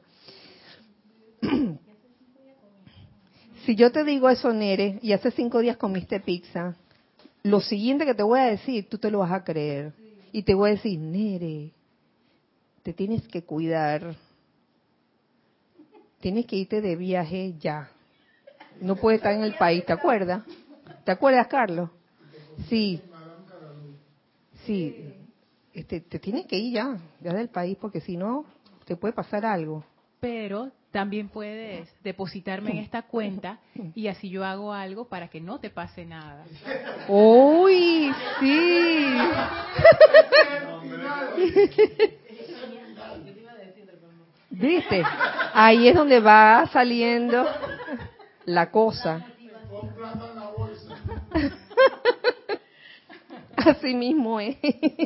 Si yo te digo eso, Nere, y hace 5 días comiste pizza, lo siguiente que te voy a decir, tú te lo vas a creer. Y te voy a decir, Nere, te tienes que cuidar. Tienes que irte de viaje ya. No puedes estar en el país, ¿te acuerdas? ¿Te acuerdas, Carlos? Sí. Te tienes que ir ya del país, porque si no, te puede pasar algo. Pero también puedes depositarme en esta cuenta y así yo hago algo para que no te pase nada. ¡Uy, sí! ¿Viste? Ahí es donde va saliendo la cosa. Así mismo es.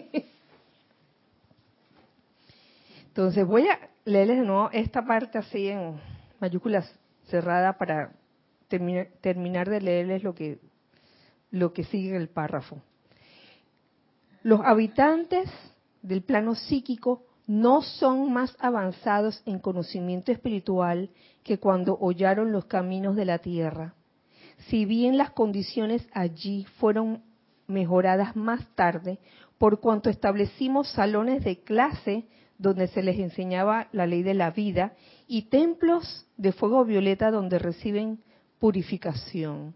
Entonces voy a leerles de nuevo esta parte así en mayúsculas cerradas para terminar de leerles lo que sigue en el párrafo. Los habitantes del plano psíquico no son más avanzados en conocimiento espiritual que cuando hollaron los caminos de la tierra. Si bien las condiciones allí fueron mejoradas más tarde, por cuanto establecimos salones de clase donde se les enseñaba la ley de la vida y templos de fuego violeta donde reciben purificación.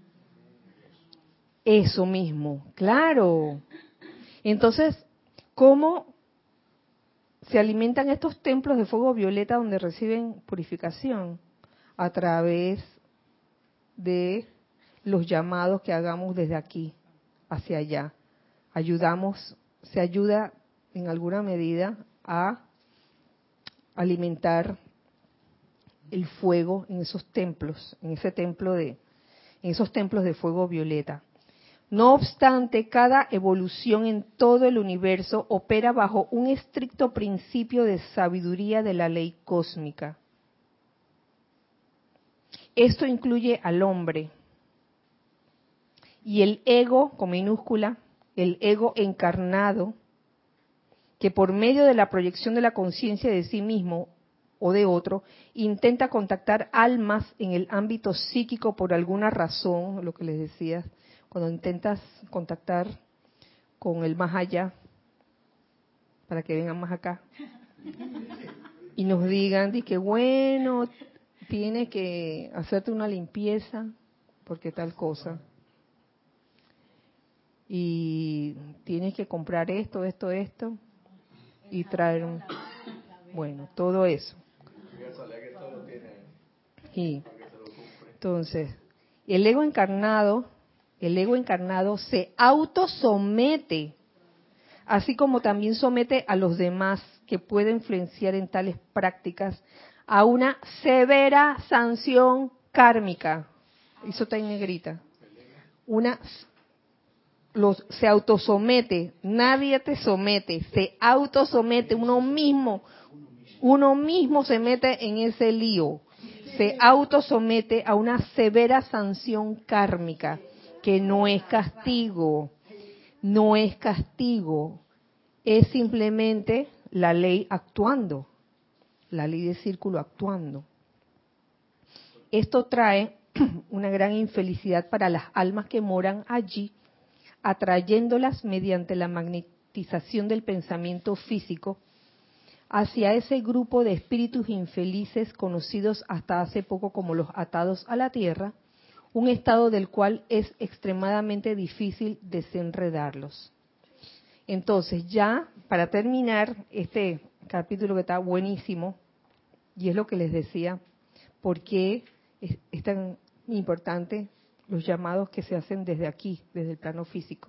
Eso mismo, claro. Entonces, ¿cómo se alimentan estos templos de fuego violeta donde reciben purificación? A través de los llamados que hagamos desde aquí hacia allá. Se ayuda en alguna medida a alimentar el fuego en esos templos, en esos templos de fuego violeta. No obstante, cada evolución en todo el universo opera bajo un estricto principio de sabiduría de la ley cósmica. Esto incluye al hombre y el ego, con minúscula, el ego encarnado, que por medio de la proyección de la conciencia de sí mismo o de otro, intenta contactar almas en el ámbito psíquico por alguna razón, lo que les decía, cuando intentas contactar con el más allá, para que vengan más acá, y nos digan, que bueno, tienes que hacerte una limpieza, porque tal cosa, y tienes que comprar esto, y traer bueno, todo eso. Y entonces, el ego encarnado se autosomete, así como también somete a los demás que puede influenciar en tales prácticas a una severa sanción kármica. Eso está en negrita. Se autosomete, nadie te somete, se autosomete, uno mismo se mete en ese lío, se autosomete a una severa sanción kármica, que no es castigo, es simplemente la ley actuando, la ley de círculo actuando. Esto trae una gran infelicidad para las almas que moran allí, atrayéndolas mediante la magnetización del pensamiento físico hacia ese grupo de espíritus infelices conocidos hasta hace poco como los atados a la tierra, un estado del cual es extremadamente difícil desenredarlos. Entonces, ya para terminar este capítulo que está buenísimo, y es lo que les decía, por qué es tan importante los llamados que se hacen desde aquí, desde el plano físico.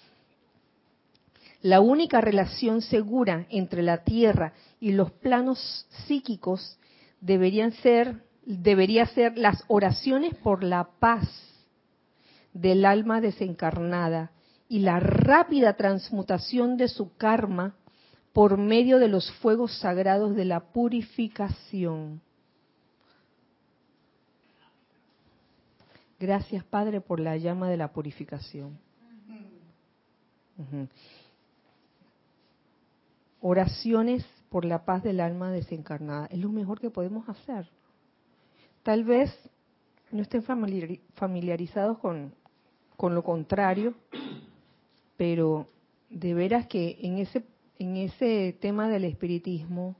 La única relación segura entre la Tierra y los planos psíquicos debería ser las oraciones por la paz del alma desencarnada y la rápida transmutación de su karma por medio de los fuegos sagrados de la purificación. Gracias, Padre, por la llama de la purificación. Oraciones por la paz del alma desencarnada. Es lo mejor que podemos hacer. Tal vez no estén familiarizados con lo contrario, pero de veras que en ese tema del espiritismo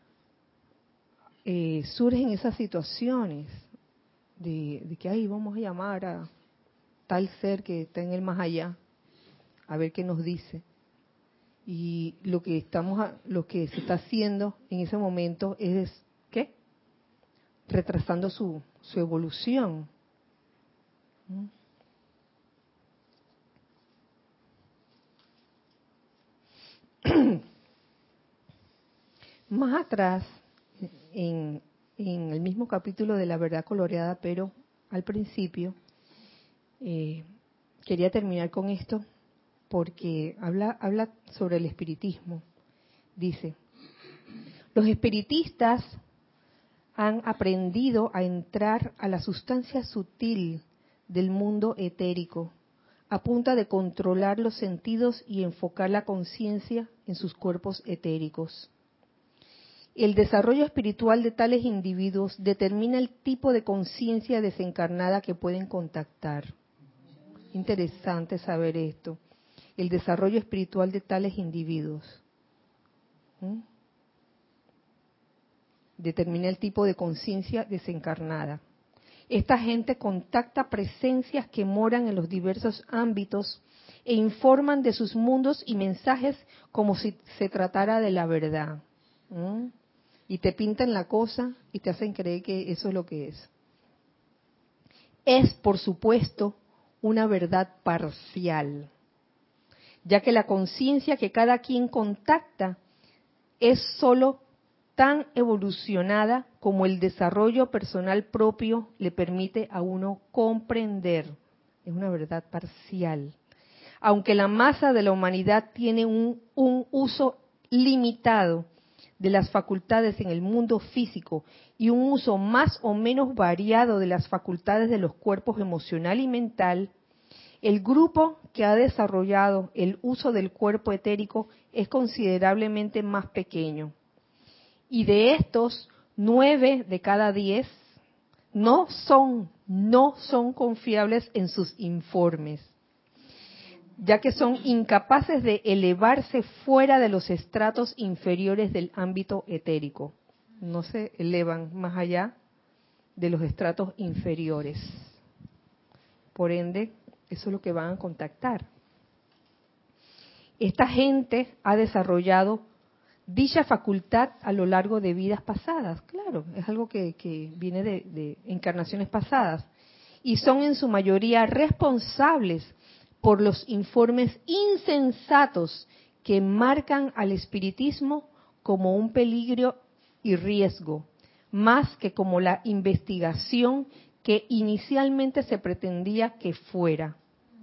surgen esas situaciones de que ahí vamos a llamar a tal ser que está en el más allá, a ver qué nos dice. Y lo que se está haciendo en ese momento es ¿qué? Retrasando su evolución. Más atrás, en el mismo capítulo de la verdad coloreada, pero al principio, quería terminar con esto porque habla sobre el espiritismo. Dice, los espiritistas han aprendido a entrar a la sustancia sutil del mundo etérico a punta de controlar los sentidos y enfocar la conciencia en sus cuerpos etéricos. El desarrollo espiritual de tales individuos determina el tipo de conciencia desencarnada que pueden contactar. Interesante saber esto. El desarrollo espiritual de tales individuos determina el tipo de conciencia desencarnada. Esta gente contacta presencias que moran en los diversos ámbitos e informan de sus mundos y mensajes como si se tratara de la verdad. Y te pintan la cosa y te hacen creer que eso es lo que es. Es, por supuesto, una verdad parcial, ya que la conciencia que cada quien contacta es sólo tan evolucionada como el desarrollo personal propio le permite a uno comprender. Es una verdad parcial. Aunque la masa de la humanidad tiene un uso limitado de las facultades en el mundo físico y un uso más o menos variado de las facultades de los cuerpos emocional y mental, el grupo que ha desarrollado el uso del cuerpo etérico es considerablemente más pequeño. Y de estos, 9 de cada 10 no son confiables en sus informes, ya que son incapaces de elevarse fuera de los estratos inferiores del ámbito etérico. No se elevan más allá de los estratos inferiores. Por ende, eso es lo que van a contactar. Esta gente ha desarrollado dicha facultad a lo largo de vidas pasadas. Claro, es algo que viene de encarnaciones pasadas. Y son en su mayoría responsables por los informes insensatos que marcan al espiritismo como un peligro y riesgo, más que como la investigación que inicialmente se pretendía que fuera,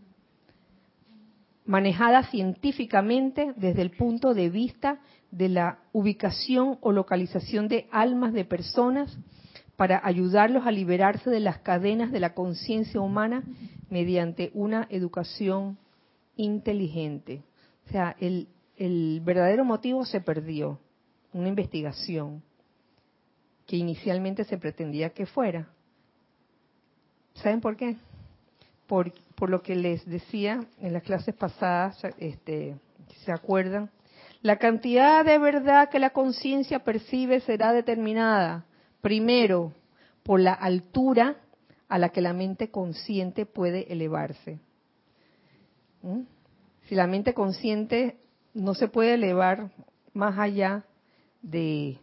manejada científicamente desde el punto de vista de la ubicación o localización de almas de personas para ayudarlos a liberarse de las cadenas de la conciencia humana mediante una educación inteligente. O sea, el verdadero motivo se perdió, una investigación que inicialmente se pretendía que fuera. ¿Saben por qué? Por lo que les decía en las clases pasadas, ¿se acuerdan? La cantidad de verdad que la conciencia percibe será determinada, primero, por la altura a la que la mente consciente puede elevarse. Si la mente consciente no se puede elevar más allá de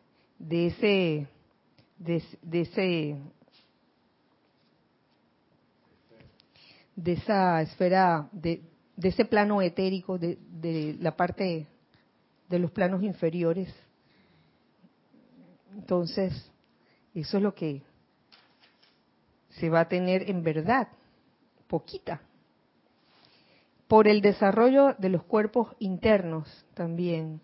esa esfera, de ese plano etérico, de la parte de los planos inferiores. Entonces, eso es lo que se va a tener en verdad, poquita. Por el desarrollo de los cuerpos internos también.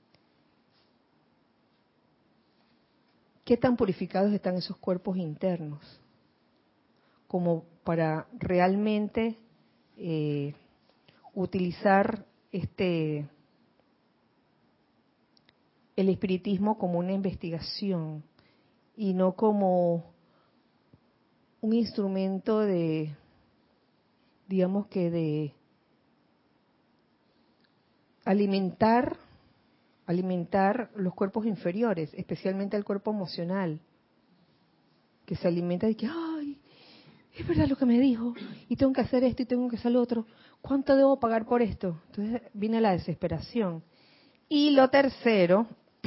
¿Qué tan purificados están esos cuerpos internos? Como para realmente utilizar el espiritismo como una investigación y no como un instrumento de, digamos que de alimentar los cuerpos inferiores, especialmente el cuerpo emocional, que se alimenta de que, ay, es verdad lo que me dijo, y tengo que hacer esto y tengo que hacer lo otro, ¿cuánto debo pagar por esto? Entonces viene la desesperación. Y lo tercero,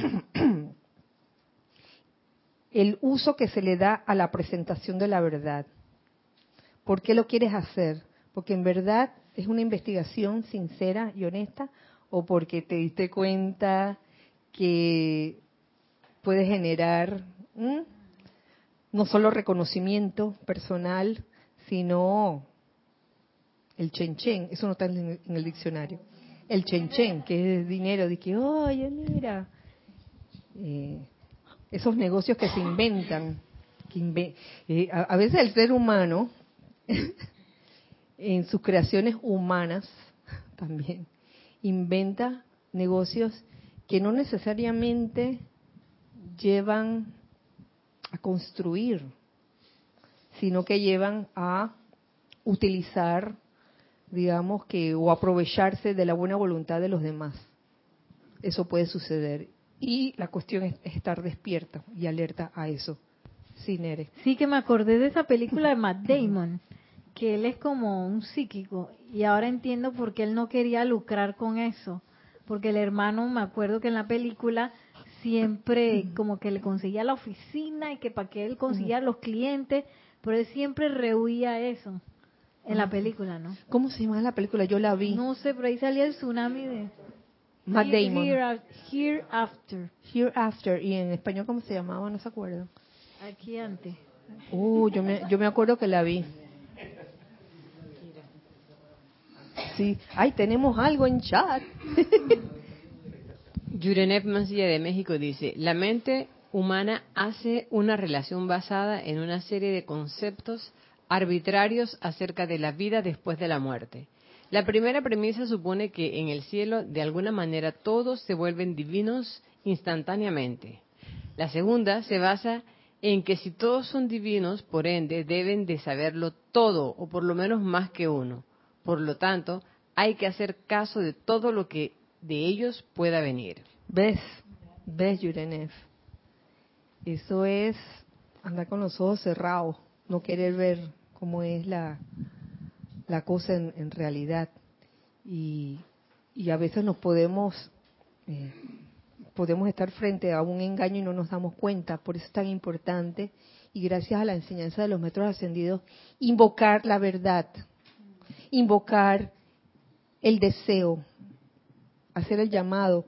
el uso que se le da a la presentación de la verdad. ¿Por qué lo quieres hacer? Porque en verdad es una investigación sincera y honesta, o porque te diste cuenta que puede generar no solo reconocimiento personal, sino el chen-chen. Eso no está en el diccionario. El chen-chen, que es dinero, de que, oye, mira, esos negocios que se inventan. A veces el ser humano, en sus creaciones humanas también, inventa negocios que no necesariamente llevan a construir, sino que llevan a utilizar, digamos que, o aprovecharse de la buena voluntad de los demás. Eso puede suceder. Y la cuestión es estar despierta y alerta a eso. Sí, Nere. Sí, que me acordé de esa película de Matt Damon, que él es como un psíquico, y ahora entiendo por qué él no quería lucrar con eso, porque el hermano, me acuerdo que en la película siempre como que le conseguía la oficina y que para que él consiguiera los clientes, pero él siempre rehuía eso en la película, ¿no? ¿Cómo se llama la película? Yo la vi. No sé, pero ahí salía el tsunami de Matt Damon. Hereafter. Hereafter. ¿Y en español cómo se llamaba? No se acuerda. Aquí antes. Yo me acuerdo que la vi. Sí. Ay, tenemos algo en chat. Yurenev Mancilla de México dice, la mente humana hace una relación basada en una serie de conceptos arbitrarios acerca de la vida después de la muerte. La primera premisa supone que en el cielo de alguna manera todos se vuelven divinos instantáneamente. La segunda se basa en que si todos son divinos, por ende deben de saberlo todo, o por lo menos más que uno. Por lo tanto, hay que hacer caso de todo lo que de ellos pueda venir. ¿Ves, Yurenev? Eso es andar con los ojos cerrados, no querer ver cómo es la cosa en realidad. Y a veces nos podemos estar frente a un engaño y no nos damos cuenta. Por eso es tan importante, y gracias a la enseñanza de los maestros ascendidos, invocar la verdad, invocar el deseo, hacer el llamado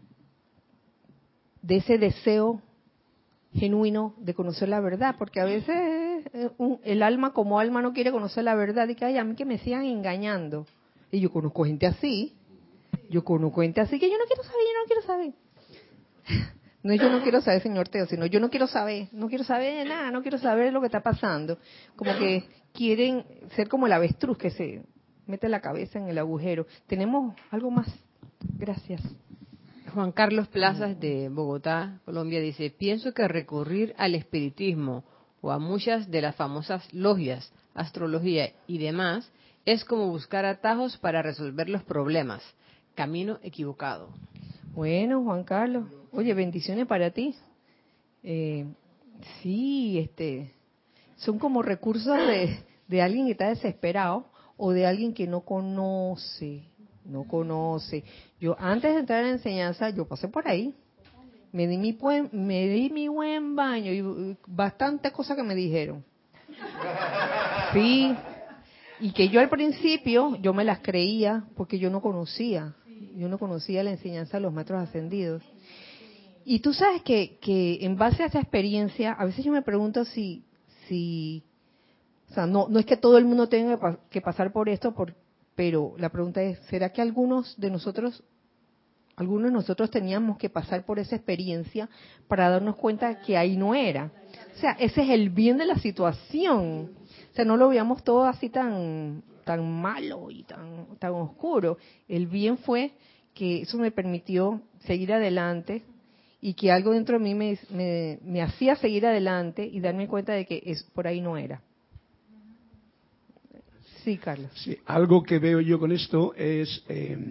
de ese deseo genuino de conocer la verdad, porque a veces el alma como alma no quiere conocer la verdad y que ay, a mí que me sigan engañando. Y yo conozco gente así, que yo no quiero saber. No, yo no quiero saber, señor Teo, sino yo no quiero saber de nada, no quiero saber lo que está pasando. Como que quieren ser como el avestruz que se mete la cabeza en el agujero. Tenemos algo más. Gracias. Juan Carlos Plazas de Bogotá, Colombia, dice, pienso que recurrir al espiritismo o a muchas de las famosas logias, astrología y demás, es como buscar atajos para resolver los problemas. Camino equivocado. Bueno, Juan Carlos, oye, bendiciones para ti. Sí, son como recursos de alguien que está desesperado o de alguien que no conoce. Yo antes de entrar a la enseñanza, yo pasé por ahí. Me di mi buen baño y bastantes cosas que me dijeron. Sí, y que yo al principio, yo me las creía porque yo no conocía la enseñanza de los maestros ascendidos. Y tú sabes que en base a esa experiencia, a veces yo me pregunto si o sea, no es que todo el mundo tenga que pasar por esto, pero la pregunta es, ¿será que algunos de nosotros teníamos que pasar por esa experiencia para darnos cuenta que ahí no era? O sea, ese es el bien de la situación. O sea, no lo veamos todo así tan malo y tan oscuro. El bien fue que eso me permitió seguir adelante y que algo dentro de mí me hacía seguir adelante y darme cuenta de que por ahí no era. Sí, Carlos. Sí, algo que veo yo con esto es,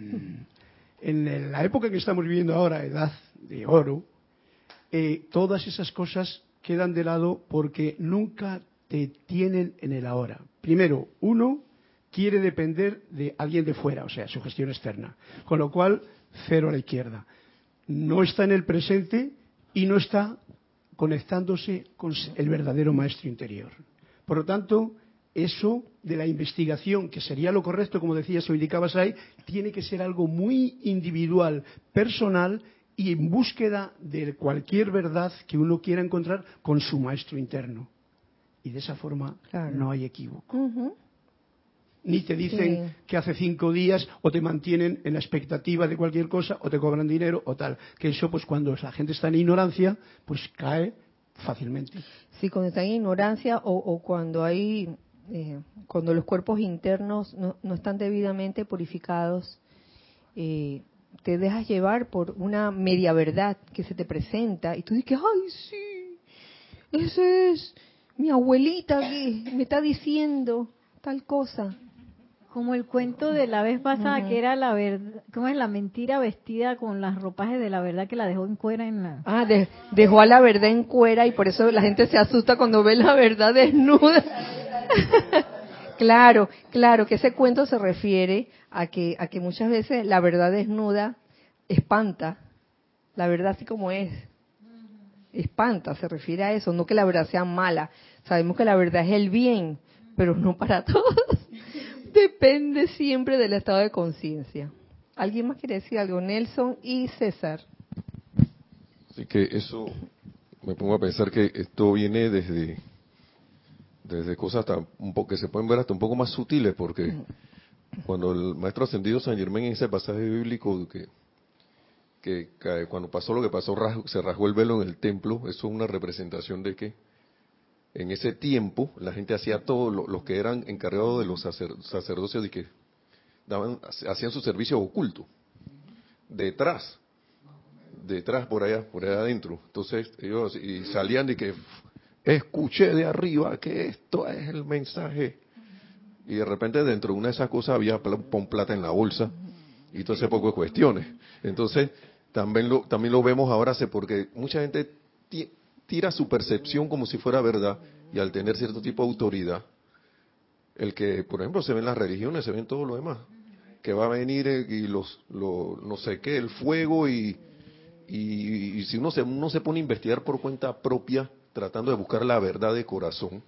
en la época que estamos viviendo ahora, edad de oro, todas esas cosas quedan de lado porque nunca te tienen en el ahora. Primero, uno quiere depender de alguien de fuera, o sea, su gestión externa, con lo cual, cero a la izquierda. No está en el presente y no está conectándose con el verdadero maestro interior. Por lo tanto, eso de la investigación, que sería lo correcto, como decías o indicabas ahí, tiene que ser algo muy individual, personal y en búsqueda de cualquier verdad que uno quiera encontrar con su maestro interno. Y de esa forma no hay equívoco. Uh-huh. Ni te dicen Sí. que hace 5 días o te mantienen en la expectativa de cualquier cosa o te cobran dinero o tal. Que eso, pues cuando la gente está en ignorancia, pues cae fácilmente. Sí, cuando está en ignorancia o cuando cuando los cuerpos internos no están debidamente purificados, te dejas llevar por una media verdad que se te presenta y tú dices, ay, sí, eso es mi abuelita que me está diciendo tal cosa. Como el cuento de la vez pasada, que era la verdad, ¿cómo es? La mentira vestida con las ropajes de la verdad, que la dejó en cuera en la... Ah, dejó a la verdad en cuera y por eso la gente se asusta cuando ve la verdad desnuda. Claro, que ese cuento se refiere a que muchas veces la verdad desnuda espanta, la verdad así como es, espanta, se refiere a eso, no que la verdad sea mala. Sabemos que la verdad es el bien, pero no para todos. Depende siempre del estado de conciencia. ¿Alguien más quiere decir algo? Nelson y César. Así que eso, me pongo a pensar que esto viene desde cosas que se pueden ver hasta un poco más sutiles, porque cuando el maestro ascendido San Germán en ese pasaje bíblico que cuando pasó lo que pasó, se rasgó el velo en el templo, eso es una representación de que en ese tiempo la gente hacía todo, los que eran encargados de los sacerdocios, de que hacían su servicio oculto, detrás por allá adentro. Entonces ellos y salían de que escuché de arriba que esto es el mensaje, y de repente dentro de una de esas cosas había pon plata en la bolsa y todo ese poco de cuestiones. Entonces también lo vemos ahora, porque mucha gente tira su percepción como si fuera verdad, y al tener cierto tipo de autoridad, el que por ejemplo se ven las religiones, se ven todo lo demás, que va a venir y no sé qué, el fuego, y si uno se pone a investigar por cuenta propia tratando de buscar la verdad de corazón,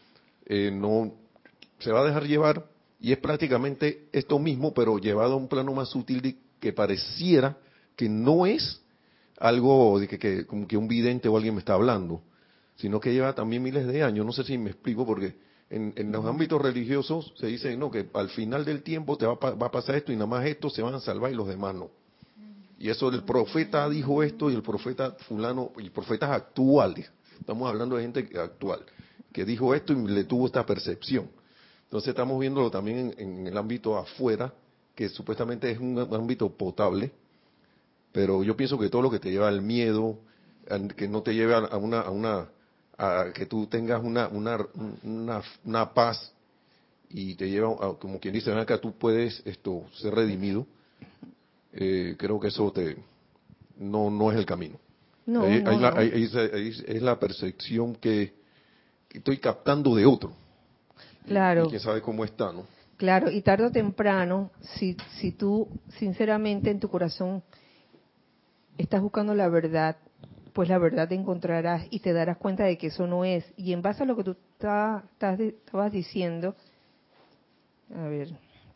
no se va a dejar llevar, y es prácticamente esto mismo pero llevado a un plano más sutil, que pareciera que no es algo de que como que un vidente o alguien me está hablando, sino que lleva también miles de años. No sé si me explico, porque en los ámbitos religiosos se dice no, que al final del tiempo te va a pasar esto y nada más estos se van a salvar y los demás no. Y eso, el profeta dijo esto y el profeta fulano, y profetas actuales, estamos hablando de gente actual, que dijo esto y le tuvo esta percepción. Entonces estamos viéndolo también en el ámbito afuera, que supuestamente es un ámbito potable, pero yo pienso que todo lo que te lleva al miedo, que no te lleve a que tú tengas una paz y te lleva, como quien dice, que tú puedes ser redimido. Creo que eso no es el camino. No, ahí es la percepción que estoy captando de otro. Claro. Y quién sabe cómo está, ¿no? Claro, y tarde o temprano, si tú sinceramente en tu corazón estás buscando la verdad, pues la verdad te encontrarás y te darás cuenta de que eso no es. Y en base a lo que tú estabas diciendo, a ver,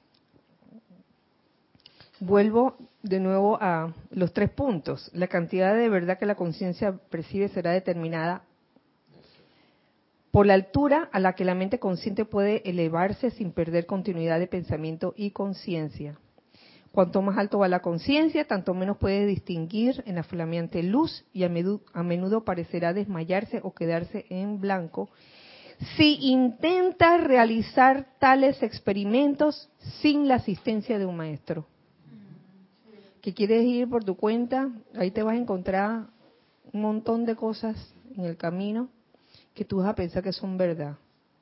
vuelvo de nuevo a los 3 puntos. La cantidad de verdad que la conciencia percibe será determinada por la altura a la que la mente consciente puede elevarse sin perder continuidad de pensamiento y conciencia. Cuanto más alto va la conciencia, tanto menos puede distinguir en la flameante luz y a menudo parecerá desmayarse o quedarse en blanco si intenta realizar tales experimentos sin la asistencia de un maestro. Que quieres ir por tu cuenta, ahí te vas a encontrar un montón de cosas en el camino que tú vas a pensar que son verdad.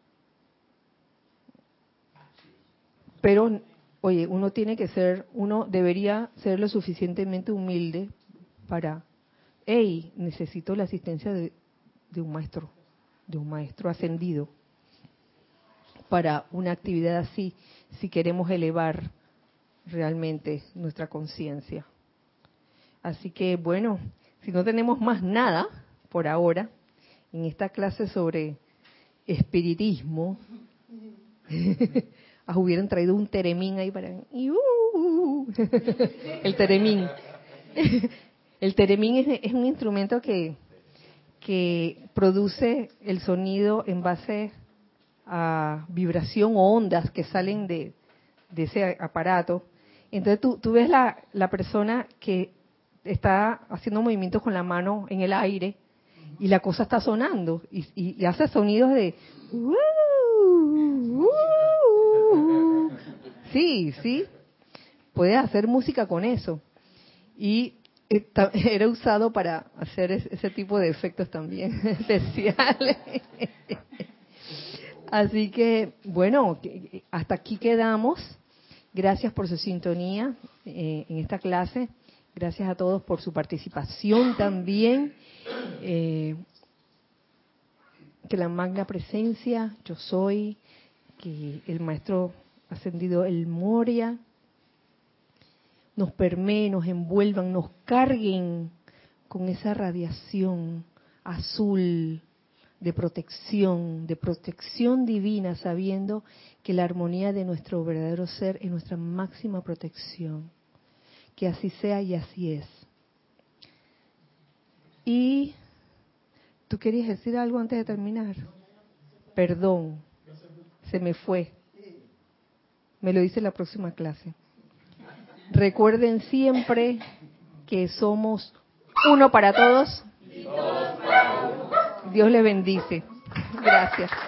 Pero, oye, uno debería ser lo suficientemente humilde para, necesito la asistencia de un maestro ascendido para una actividad así, si queremos elevar realmente nuestra conciencia. Así que, bueno, si no tenemos más nada por ahora, en esta clase sobre espiritismo, hubieran traído un teremín ahí para... El teremín. El teremín es un instrumento que produce el sonido en base a vibración o ondas que salen de ese aparato. Entonces tú ves la persona que está haciendo movimientos con la mano en el aire y la cosa está sonando y hace sonidos de sí, puedes hacer música con eso. Y era usado para hacer ese tipo de efectos también especiales. Así que, bueno, hasta aquí quedamos. Gracias por su sintonía en esta clase. Gracias a todos por su participación también. Que la magna presencia, yo soy, que el maestro ascendido El Moria, nos permee, nos envuelvan, nos carguen con esa radiación azul de protección divina, sabiendo que la armonía de nuestro verdadero ser es nuestra máxima protección. Que así sea y así es. Y ¿tú querías decir algo antes de terminar? Perdón, se me fue. Me lo dice la próxima clase. Recuerden siempre que somos uno para todos. Dios les bendice. Gracias.